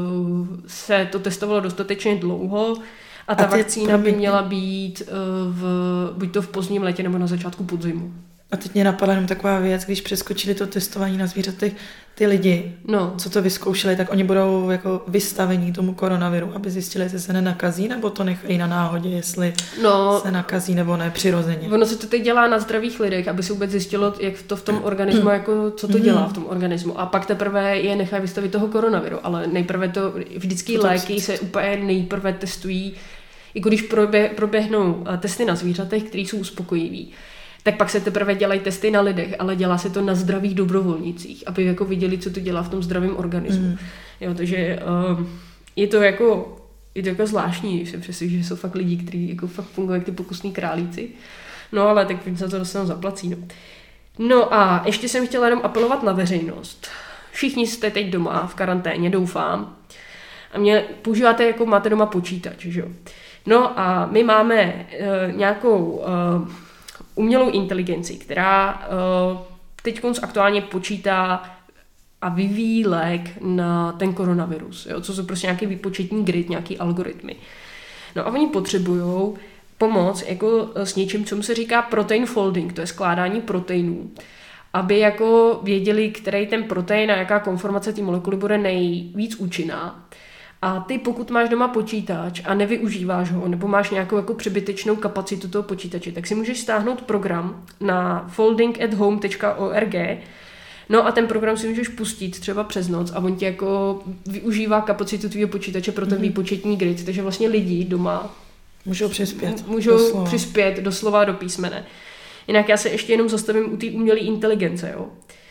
se to testovalo dostatečně dlouho. A ta vakcína by měla být buď to v pozdním létě nebo na začátku podzimu. A teď mě napadla jenom taková věc, když přeskočili to testování na zvířatech, ty lidi, co to vyzkoušeli, tak oni budou jako vystavení tomu koronaviru, aby zjistili, jestli se nenakazí, nebo to nechají na náhodě, jestli se nakazí nebo ne přirozeně. Ono se to teď dělá na zdravých lidech, aby se vůbec zjistilo, jak to v tom organismu, jako co to dělá v tom organismu. A pak teprve je nechají vystavit toho koronaviru, ale nejprve to vždycky léky se úplně nejprve testují, i když proběhnou testy na zvířatech, které jsou uspokojivý. Tak pak se teprve dělají testy na lidech, ale dělá se to na zdravých dobrovolnicích, aby jako viděli, co to dělá v tom zdravém organismu. Jo, takže je to jako zvláštní, když se přesvědčí, že jsou fakt lidi, kteří jako fakt fungují jak ty pokusní králíci. No ale tak za to dostanou zaplací. No a ještě jsem chtěla jenom apelovat na veřejnost. Všichni jste teď doma v karanténě, doufám. A používáte jako máte doma počítač, že jo. No a my máme nějakou umělou inteligenci, která teď aktuálně počítá a vyvíjí lék na ten koronavirus, jo, co jsou prostě nějaký výpočetní grid, nějaký algoritmy. No a oni potřebují pomoc jako s něčím, čemu se říká protein folding, to je skládání proteinů, aby jako věděli, který ten protein a jaká konformace té molekuly bude nejvíc účinná. A ty, pokud máš doma počítač a nevyužíváš ho, nebo máš nějakou jako přebytečnou kapacitu toho počítače, tak si můžeš stáhnout program na foldingathome.org. No a ten program si můžeš pustit třeba přes noc a on ti jako využívá kapacitu tvýho počítače pro ten výpočetní grid. Takže vlastně lidi doma můžou přispět. Přispět doslova do písmene. Jinak já se ještě jenom zastavím u té umělé inteligence, jo.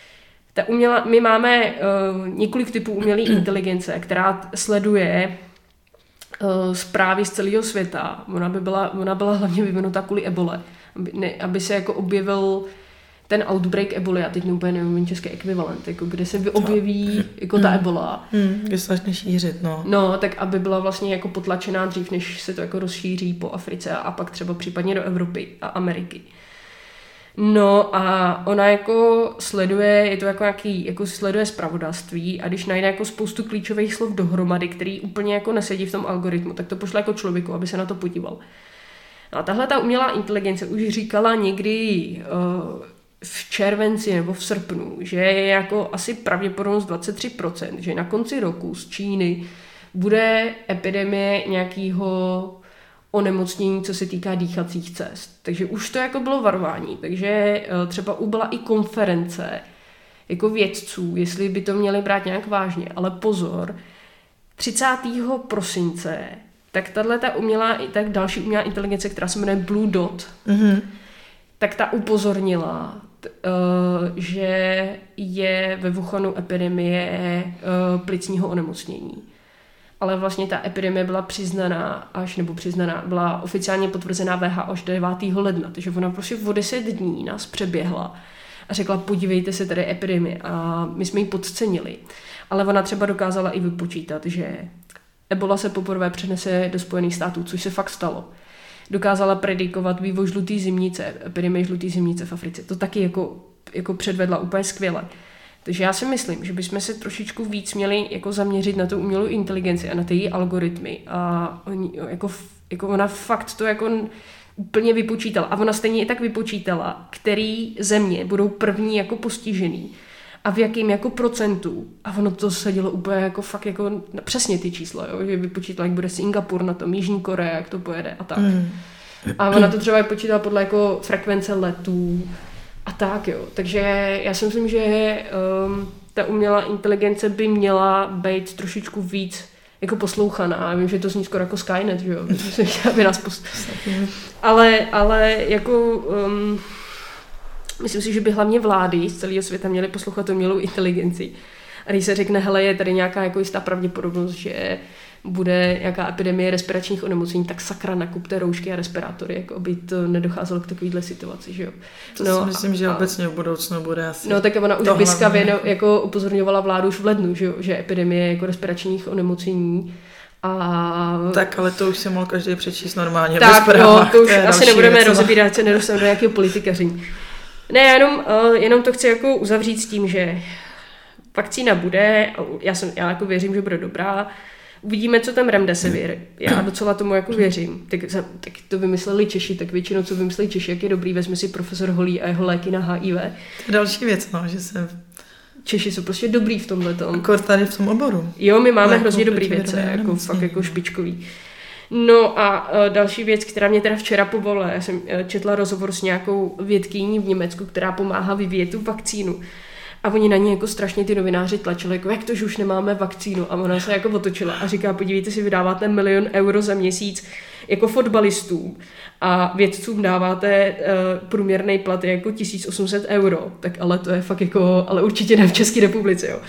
My máme několik typů umělé inteligence, která sleduje zprávy z celého světa. Ona byla hlavně vyvinutá kvůli ebole, aby se jako objevil ten outbreak eboli, a teď úplně nevím český ekvivalent, jako kde se objeví jako ta ebola. Kde se začne šířit, no. No, tak aby byla vlastně jako potlačená dřív, než se to jako rozšíří po Africe a pak třeba případně do Evropy a Ameriky. No a ona jako sleduje, je to jako nějaký, jako sleduje zpravodajství a když najde jako spoustu klíčových slov dohromady, který úplně jako nesedí v tom algoritmu, tak to pošle jako člověku, aby se na to podíval. No a tahle ta umělá inteligence už říkala někdy v červenci nebo v srpnu, že je jako asi pravděpodobnost 23%, že na konci roku z Číny bude epidemie nějakého onemocnění, co se týká dýchacích cest. Takže už to jako bylo varování. Takže třeba byla i konference jako vědců, jestli by to měli brát nějak vážně. Ale pozor, 30. prosince, tak tak další umělá inteligence, která se jmenuje Blue Dot, tak ta upozornila, že je ve Wuhanu epidemie plicního onemocnění. Ale vlastně ta epidemie byla byla oficiálně potvrzená WHO až 9. ledna, takže ona prostě o 10 dní nás přeběhla a řekla, podívejte se, tady je epidemie a my jsme ji podcenili. Ale ona třeba dokázala i vypočítat, že ebola se poprvé přenese do Spojených států, což se fakt stalo. Dokázala predikovat vývoj žluté zimnice, epidemie žluté zimnice v Africe. To taky jako předvedla úplně skvěle. Takže já si myslím, že bychom se trošičku víc měli jako zaměřit na tu umělou inteligenci a na ty její algoritmy. A jako ona fakt to jako úplně vypočítala. A ona stejně i tak vypočítala, který země budou první jako postižený a v jakým jako procentu. A ono to se dělo úplně jako fakt jako přesně ty čísla, jo? Že vypočítala, jak bude Singapur na tom, Jižní Korea, jak to pojede a tak. A ona to třeba vypočítala podle jako frekvence letů a tak, jo. Takže já si myslím, že ta umělá inteligence by měla být trošičku víc jako poslouchaná. Já vím, že to zní skoro jako Skynet, že jo. Aby nás ale jako myslím si, že by hlavně vlády z celého světa měly poslouchat umělou inteligenci. A když se řekne, hele, je tady nějaká jako jistá pravděpodobnost, že bude nějaká epidemie respiračních onemocnění, tak sakra nakupte roušky a respirátory, jako aby to nedocházelo k takovýhle situaci, že jo. To si myslím, že obecně v budoucnu bude asi. No tak ona už bliskavě jako upozorňovala vládu už v lednu, že jo, že epidemie jako respiračních onemocnění. Tak, ale to už si mohl každý přečíst normálně. Tak, no, to už asi nebudeme rozebírat, se nedostaneme do nějakého politikaření. Ne, jenom to chci jako uzavřít s tím, že vakcína bude, já jako věřím, že bude dobrá. Uvidíme, co tam remdesivir. Já docela tomu jako věřím. Tak to vymysleli Češi, tak většinou, co vymysleli Češi, jak je dobrý, vezme si profesor Holý a jeho léky na HIV. To je další věc, no, že se... Češi jsou prostě dobrý v tomhletom. Akor tady v tom oboru. Jo, my máme hrozně dobrý věce, jako fakt jako špičkový. No a další věc, která mě teda včera povolila, já jsem četla rozhovor s nějakou vědkyní v Německu, která pomáhá vyvíjet tu vakcínu. A oni na ní jako strašně ty novináři tlačili, jako jak to, že už nemáme vakcínu. A ona se jako otočila a říká, podívejte si, vydáváte 1 000 000 euro za měsíc jako fotbalistům a vědcům dáváte průměrný plat jako 1800 euro. Tak ale to je fakt jako, ale určitě ne v České republice, jo.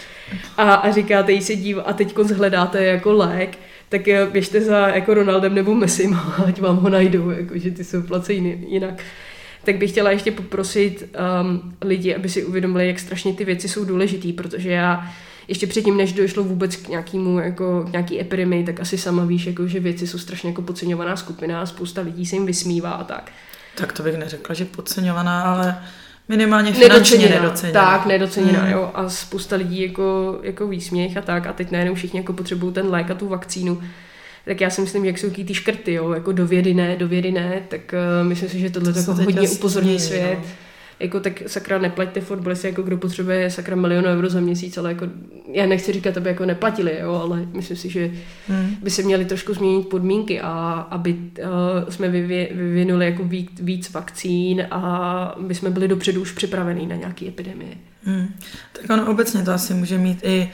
A říkáte jí se a teď hledáte jako lék, tak běžte za jako Ronaldem nebo Messim, ať vám ho najdou, jako, že ty jsou placení jinak. Tak bych chtěla ještě poprosit lidi, aby si uvědomili, jak strašně ty věci jsou důležitý, protože já ještě předtím, než došlo vůbec k nějaký epidemii, tak asi sama víš, jako, že věci jsou strašně jako podceňovaná skupina a spousta lidí se jim vysmívá a tak. Tak to bych neřekla, že podceňovaná, ale minimálně finančně nedoceněná. Tak, nedoceněná, jo. A spousta lidí jako výsměch a tak. A teď najednou všichni jako potřebují ten lék a tu vakcínu. Tak já si myslím, jak jsou ty škrty, jo, jako do vědy ne, tak myslím si, že tohle to jako hodně upozorní svět. No. Jako tak sakra neplaťte fotbalisty, jako kdo potřebuje sakra 1 000 000 euro za měsíc, ale jako já nechci říkat, aby jako neplatili, jo, ale myslím si, že by se měly trošku změnit podmínky a aby jsme vyvinuli jako víc vakcín a aby jsme byli dopředu už připravení na nějaké epidemie. Tak ono obecně to asi může mít i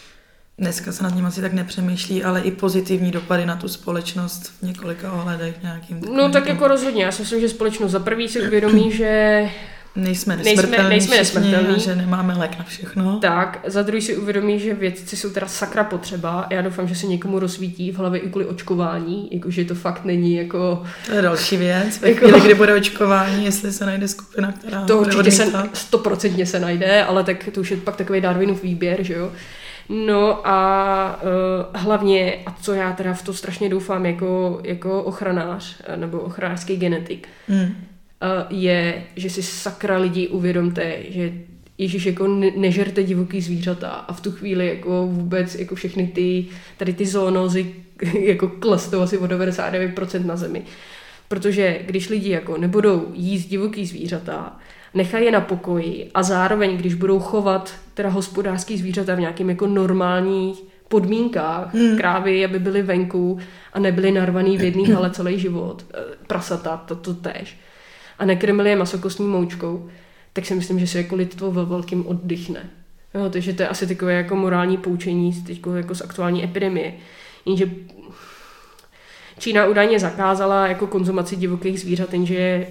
dneska se nad ním asi tak nepřemýšlí, ale i pozitivní dopady na tu společnost v několika ohledech nějakým. No tak jako rozhodně. Já si myslím, že společnost za prvý si uvědomí, že nejsme nesmrtelní, že nemáme lék na všechno. Tak, za druhý si uvědomí, že vědci jsou teda sakra potřeba. Já doufám, že se někomu rozsvítí v hlavě i kvůli očkování, jakože to fakt není jako... To je další věc. Ve chvíli, kdy bude očkování, jestli se najde skupina, která to určitě se 100% se najde, ale tak to už je pak takový Darwinův výběr, že jo. No a hlavně, a co já teda v to strašně doufám jako ochranář nebo ochranářský genetik, je, že si sakra lidi uvědomte, že Ježíš jako nežerte divoký zvířata a v tu chvíli jako vůbec jako všechny ty zoonózy jako klesnou asi o 99% na zemi. Protože když lidi jako nebudou jíst divoký zvířata, nechají je na pokoji a zároveň, když budou chovat teda hospodářský zvířata v nějakým jako normálních podmínkách, krávy, aby byly venku a nebyly narvaný v jedné hale celý život, prasata, to též, a nekrmili je masokostní moučkou, tak si myslím, že se jako lidstvo ve velkým oddychne. Jo, takže to je asi takové jako morální poučení jako z aktuální epidemie. Jenže Čína údajně zakázala jako konzumaci divokých zvířat, jenže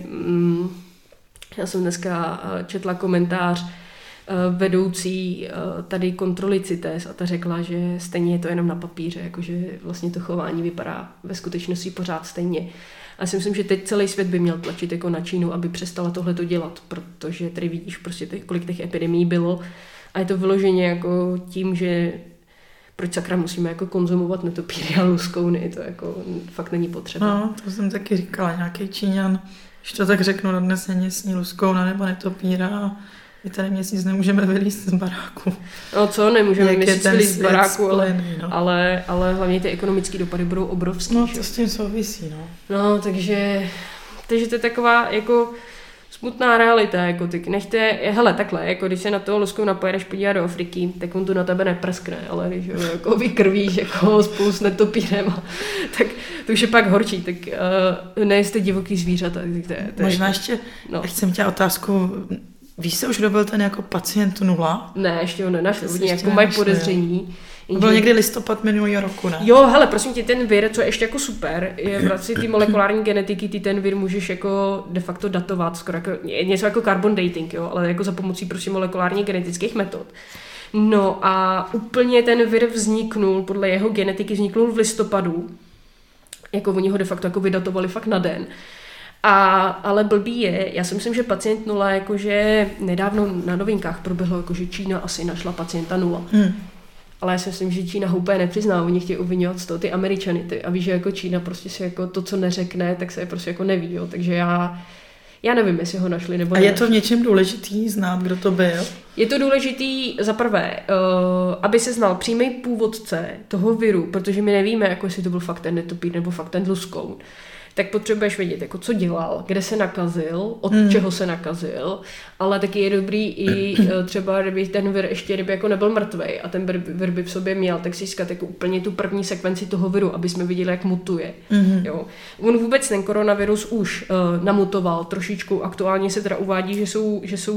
já jsem dneska četla komentář vedoucí tady kontroly CITES a ta řekla, že stejně je to jenom na papíře, jakože vlastně to chování vypadá ve skutečnosti pořád stejně. A já si myslím, že teď celý svět by měl tlačit jako na Čínu, aby přestala tohleto dělat, protože tady vidíš prostě kolik těch epidemií bylo a je to vyloženě jako tím, že proč sakra musíme jako konzumovat netopíry a luskouny, to jako fakt není potřeba. No, to jsem taky říkala, nějaký Číňan, když to tak řeknu, dnes není sní luskouna nebo netopíra. My tady měsíc nemůžeme vylízt z baráku. No co, nemůžeme měsíc vylízt z baráku, no. ale hlavně ty ekonomické dopady budou obrovský. No, to s tím souvisí, no. No, takže to je taková jako smutná realita, jako ty nechte, hele, takhle, jako když se na toho Luskou napojedeš podívat do Afriky, tak on tu na tebe neprskne, ale když ho jako vykrvíš jako spolu s netopírem, tak to už je pak horší, tak nejste divoký zvířata. To možná jako, ještě, jsem tě otázku, víš se už, kdo byl ten jako pacient 0? Ne, ještě ho nenašli, oni jako mají podezření. Byl někdy listopad minulého roku, ne? Jo, hele, prosím tě, ten vir, co je ještě jako super, je v rámci té molekulární genetiky, ty ten vir můžeš jako de facto datovat, skoro jako, něco jako carbon dating, jo, ale jako za pomocí prostě molekulárně genetických metod. No a úplně ten vir vzniknul, podle jeho genetiky vzniknul v listopadu, jako oni ho de facto jako vydatovali fakt na den. Ale blbý je, já si myslím, že pacient 0, jakože nedávno na novinkách proběhlo, jakože Čína asi našla pacienta 0. Ale já si myslím, že Čína úplně nepřizná, oni chtějí uvinovat z toho ty Američany. A víš, že jako Čína prostě si jako to, co neřekne, tak se prostě jako neví, jo. Takže já nevím, jestli ho našli nebo ne. A je to v něčem důležitý znát, kdo to byl? Je to důležitý za prvé, aby se znal přímý původce toho viru, protože my nevíme, jako jestli to byl fakt ten netopír nebo fakt ten luskoun. Tak potřebuješ vědět, jako co dělal, kde se nakazil, od čeho se nakazil, ale taky je dobrý i třeba, kdyby ten vir ještě jako nebyl mrtvej a ten vir by v sobě měl, tak získat jako úplně tu první sekvenci toho viru, aby jsme viděli, jak mutuje. Jo. On vůbec ten koronavirus už namutoval trošičku, aktuálně se teda uvádí, že jsou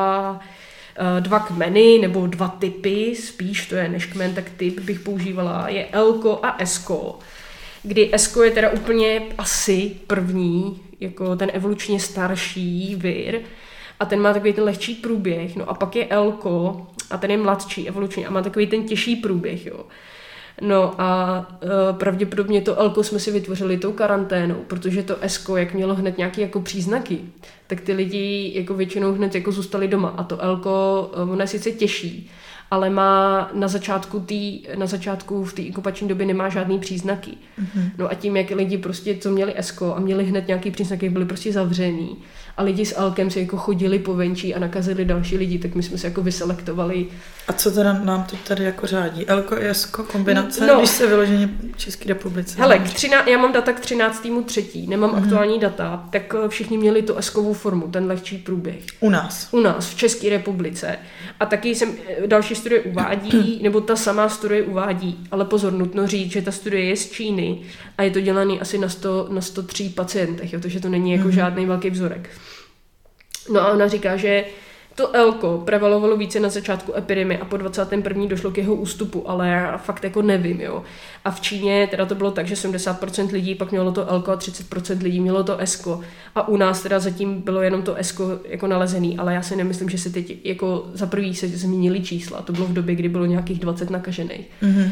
dva kmeny nebo dva typy, spíš to je než kmen, tak typ bych používala, je L-ko a S-ko. Kdy S-ko je teda úplně asi první, jako ten evolučně starší vir a ten má takový ten lehčí průběh, no a pak je L-ko a ten je mladší evolučně a má takový ten těžší průběh, jo. No a pravděpodobně to L-ko jsme si vytvořili tou karanténou, protože to S-ko, jak mělo hned nějaké jako příznaky, tak ty lidi jako většinou hned jako zůstali doma a to L-ko, ono je sice těžší, ale má na začátku v té inkubační době nemá žádný příznaky. No a tím, jak lidi prostě, co měli S-ko a měli hned nějaký příznaky, byli prostě zavřený a lidi s L-kem se jako chodili po venčí a nakazili další lidi, tak my jsme se jako vyselektovali. A co teda nám to tady jako řádí? L-ko i S-ko kombinace, no, když se vyloženě v České republice? Hele, já mám data k 13.3., nemám aktuální data, tak všichni měli tu S-kovou formu, ten lehčí průběh. U nás? U nás, v České republice. A taky další studie uvádí, nebo ta samá studie uvádí, ale pozor, nutno říct, že ta studie je z Číny a je to dělaný asi na 103 pacientech, jo, takže to není jako žádný velký vzorek. No a ona říká, že to L-ko prevalovalo více na začátku epidemie a po 21. došlo k jeho ústupu, ale já fakt jako nevím, jo. A v Číně teda to bylo tak, že 70% lidí pak mělo to L-ko a 30% lidí mělo to S-ko. A u nás teda zatím bylo jenom to S-ko jako nalezený, ale já si nemyslím, že se teď jako za prvý se změnily čísla. To bylo v době, kdy bylo nějakých 20 nakažených.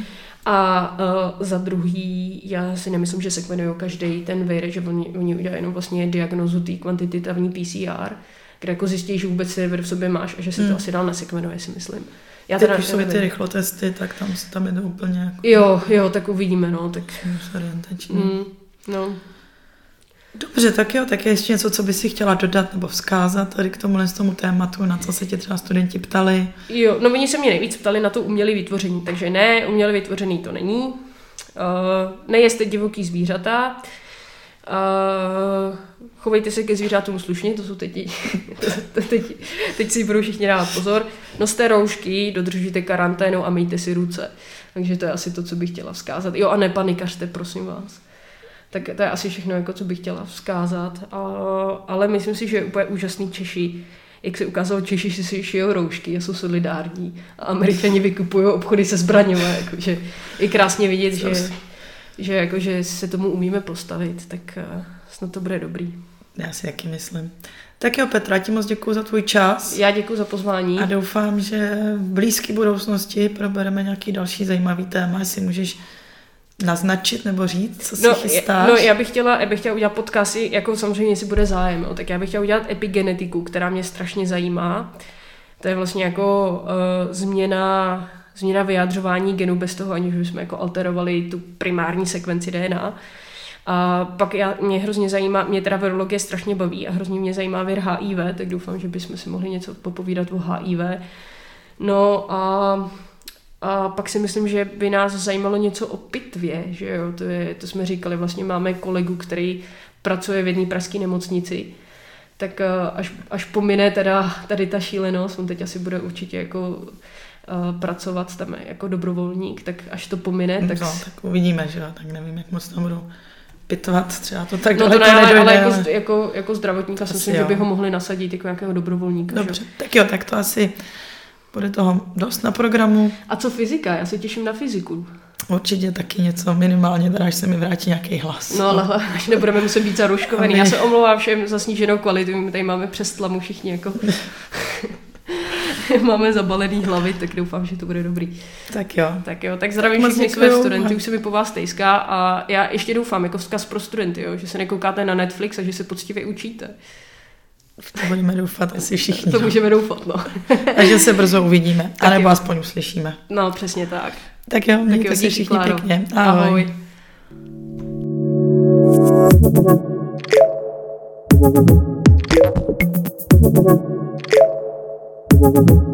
A za druhý, já si nemyslím, že sekvenují každý ten vir, že oni udělají jenom vlastně diagnózu té kvantitativní PCR, kde jako zjistí, že vůbec ten vir v sobě máš a že se to asi dál nesekvenuje, si myslím. Já teď už jsou ty rychlotesty, tak tam je to úplně jako... Jo, tak uvidíme, no. Tak... No. Dobře, tak jo, tak je ještě něco, co by si chtěla dodat nebo vzkázat tady k tomu tématu, na co se tě třeba studenti ptali? Jo, no oni se mě nejvíc ptali na to umělé vytvoření, takže ne, umělé vytvoření to není. Nejeste divoký zvířata, chovejte se ke zvířátům slušně, to jsou teď si budou všichni dávat pozor. Noste roušky, dodržujte karanténu a myjte si ruce. Takže to je asi to, co bych chtěla vzkázat. Jo, a nepanikařte, prosím vás. Tak to je asi všechno, jako co bych chtěla vzkázat. Ale myslím si, že je úplně úžasný Češi. Jak se ukázalo, Češi si šijou roušky a jsou solidární. A Američani vykupují obchody se zbraněmi. Jakože je krásně vidět, že se tomu umíme postavit. Tak snad to bude dobrý. Já si taky myslím. Tak jo, Petra, ti moc děkuju za tvůj čas. Já děkuju za pozvání. A doufám, že v blízké budoucnosti probereme nějaký další zajímavý téma, jestli můžeš naznačit nebo říct, co si chystáš? No, já bych chtěla udělat podcast, jako samozřejmě, jestli bude zájem, tak já bych chtěla udělat epigenetiku, která mě strašně zajímá. To je vlastně jako změna vyjadřování genů bez toho, aniž bychom jako alterovali tu primární sekvenci DNA. A pak mě hrozně zajímá, mě teda virologie strašně baví a hrozně mě zajímá vir HIV, tak doufám, že bychom si mohli něco popovídat o HIV. No a pak si myslím, že by nás zajímalo něco o pitvě, že jo, to jsme říkali, vlastně máme kolegu, který pracuje v jedné pražské nemocnici, tak až pomine teda tady ta šílenost, on teď asi bude určitě jako pracovat tam jako dobrovolník, tak až to pomine, tak... No, tak uvidíme, že jo, tak nevím, jak moc tam budou pitvat, třeba to tak daleko nedojde. Ale jako zdravotníka si myslím, že by ho mohli nasadit jako nějakého dobrovolníka. Dobře, tak jo, tak to asi bude toho dost na programu. A co fyzika? Já se těším na fyziku. Určitě taky něco, minimálně, teda až se mi vrátí nějaký hlas. No ale až nebudeme muset být zaruškovaný. Já se omlouvám všem za sníženou kvalitu, my tady máme přes tlamu všichni jako... Máme zabalený hlavy, tak doufám, že to bude dobrý. Tak jo, tak zdravím všichni své studenty, už se mi po vás tejská a já ještě doufám, jako vzkaz pro studenty, jo, že se nekoukáte na Netflix a že se poctivě učíte. V to budeme doufat asi všichni. To můžeme doufat, no. Takže se brzo uvidíme, anebo aspoň uslyšíme. No, přesně tak. Tak jo, mějte se všichni pěkně. Ahoj. Ahoj.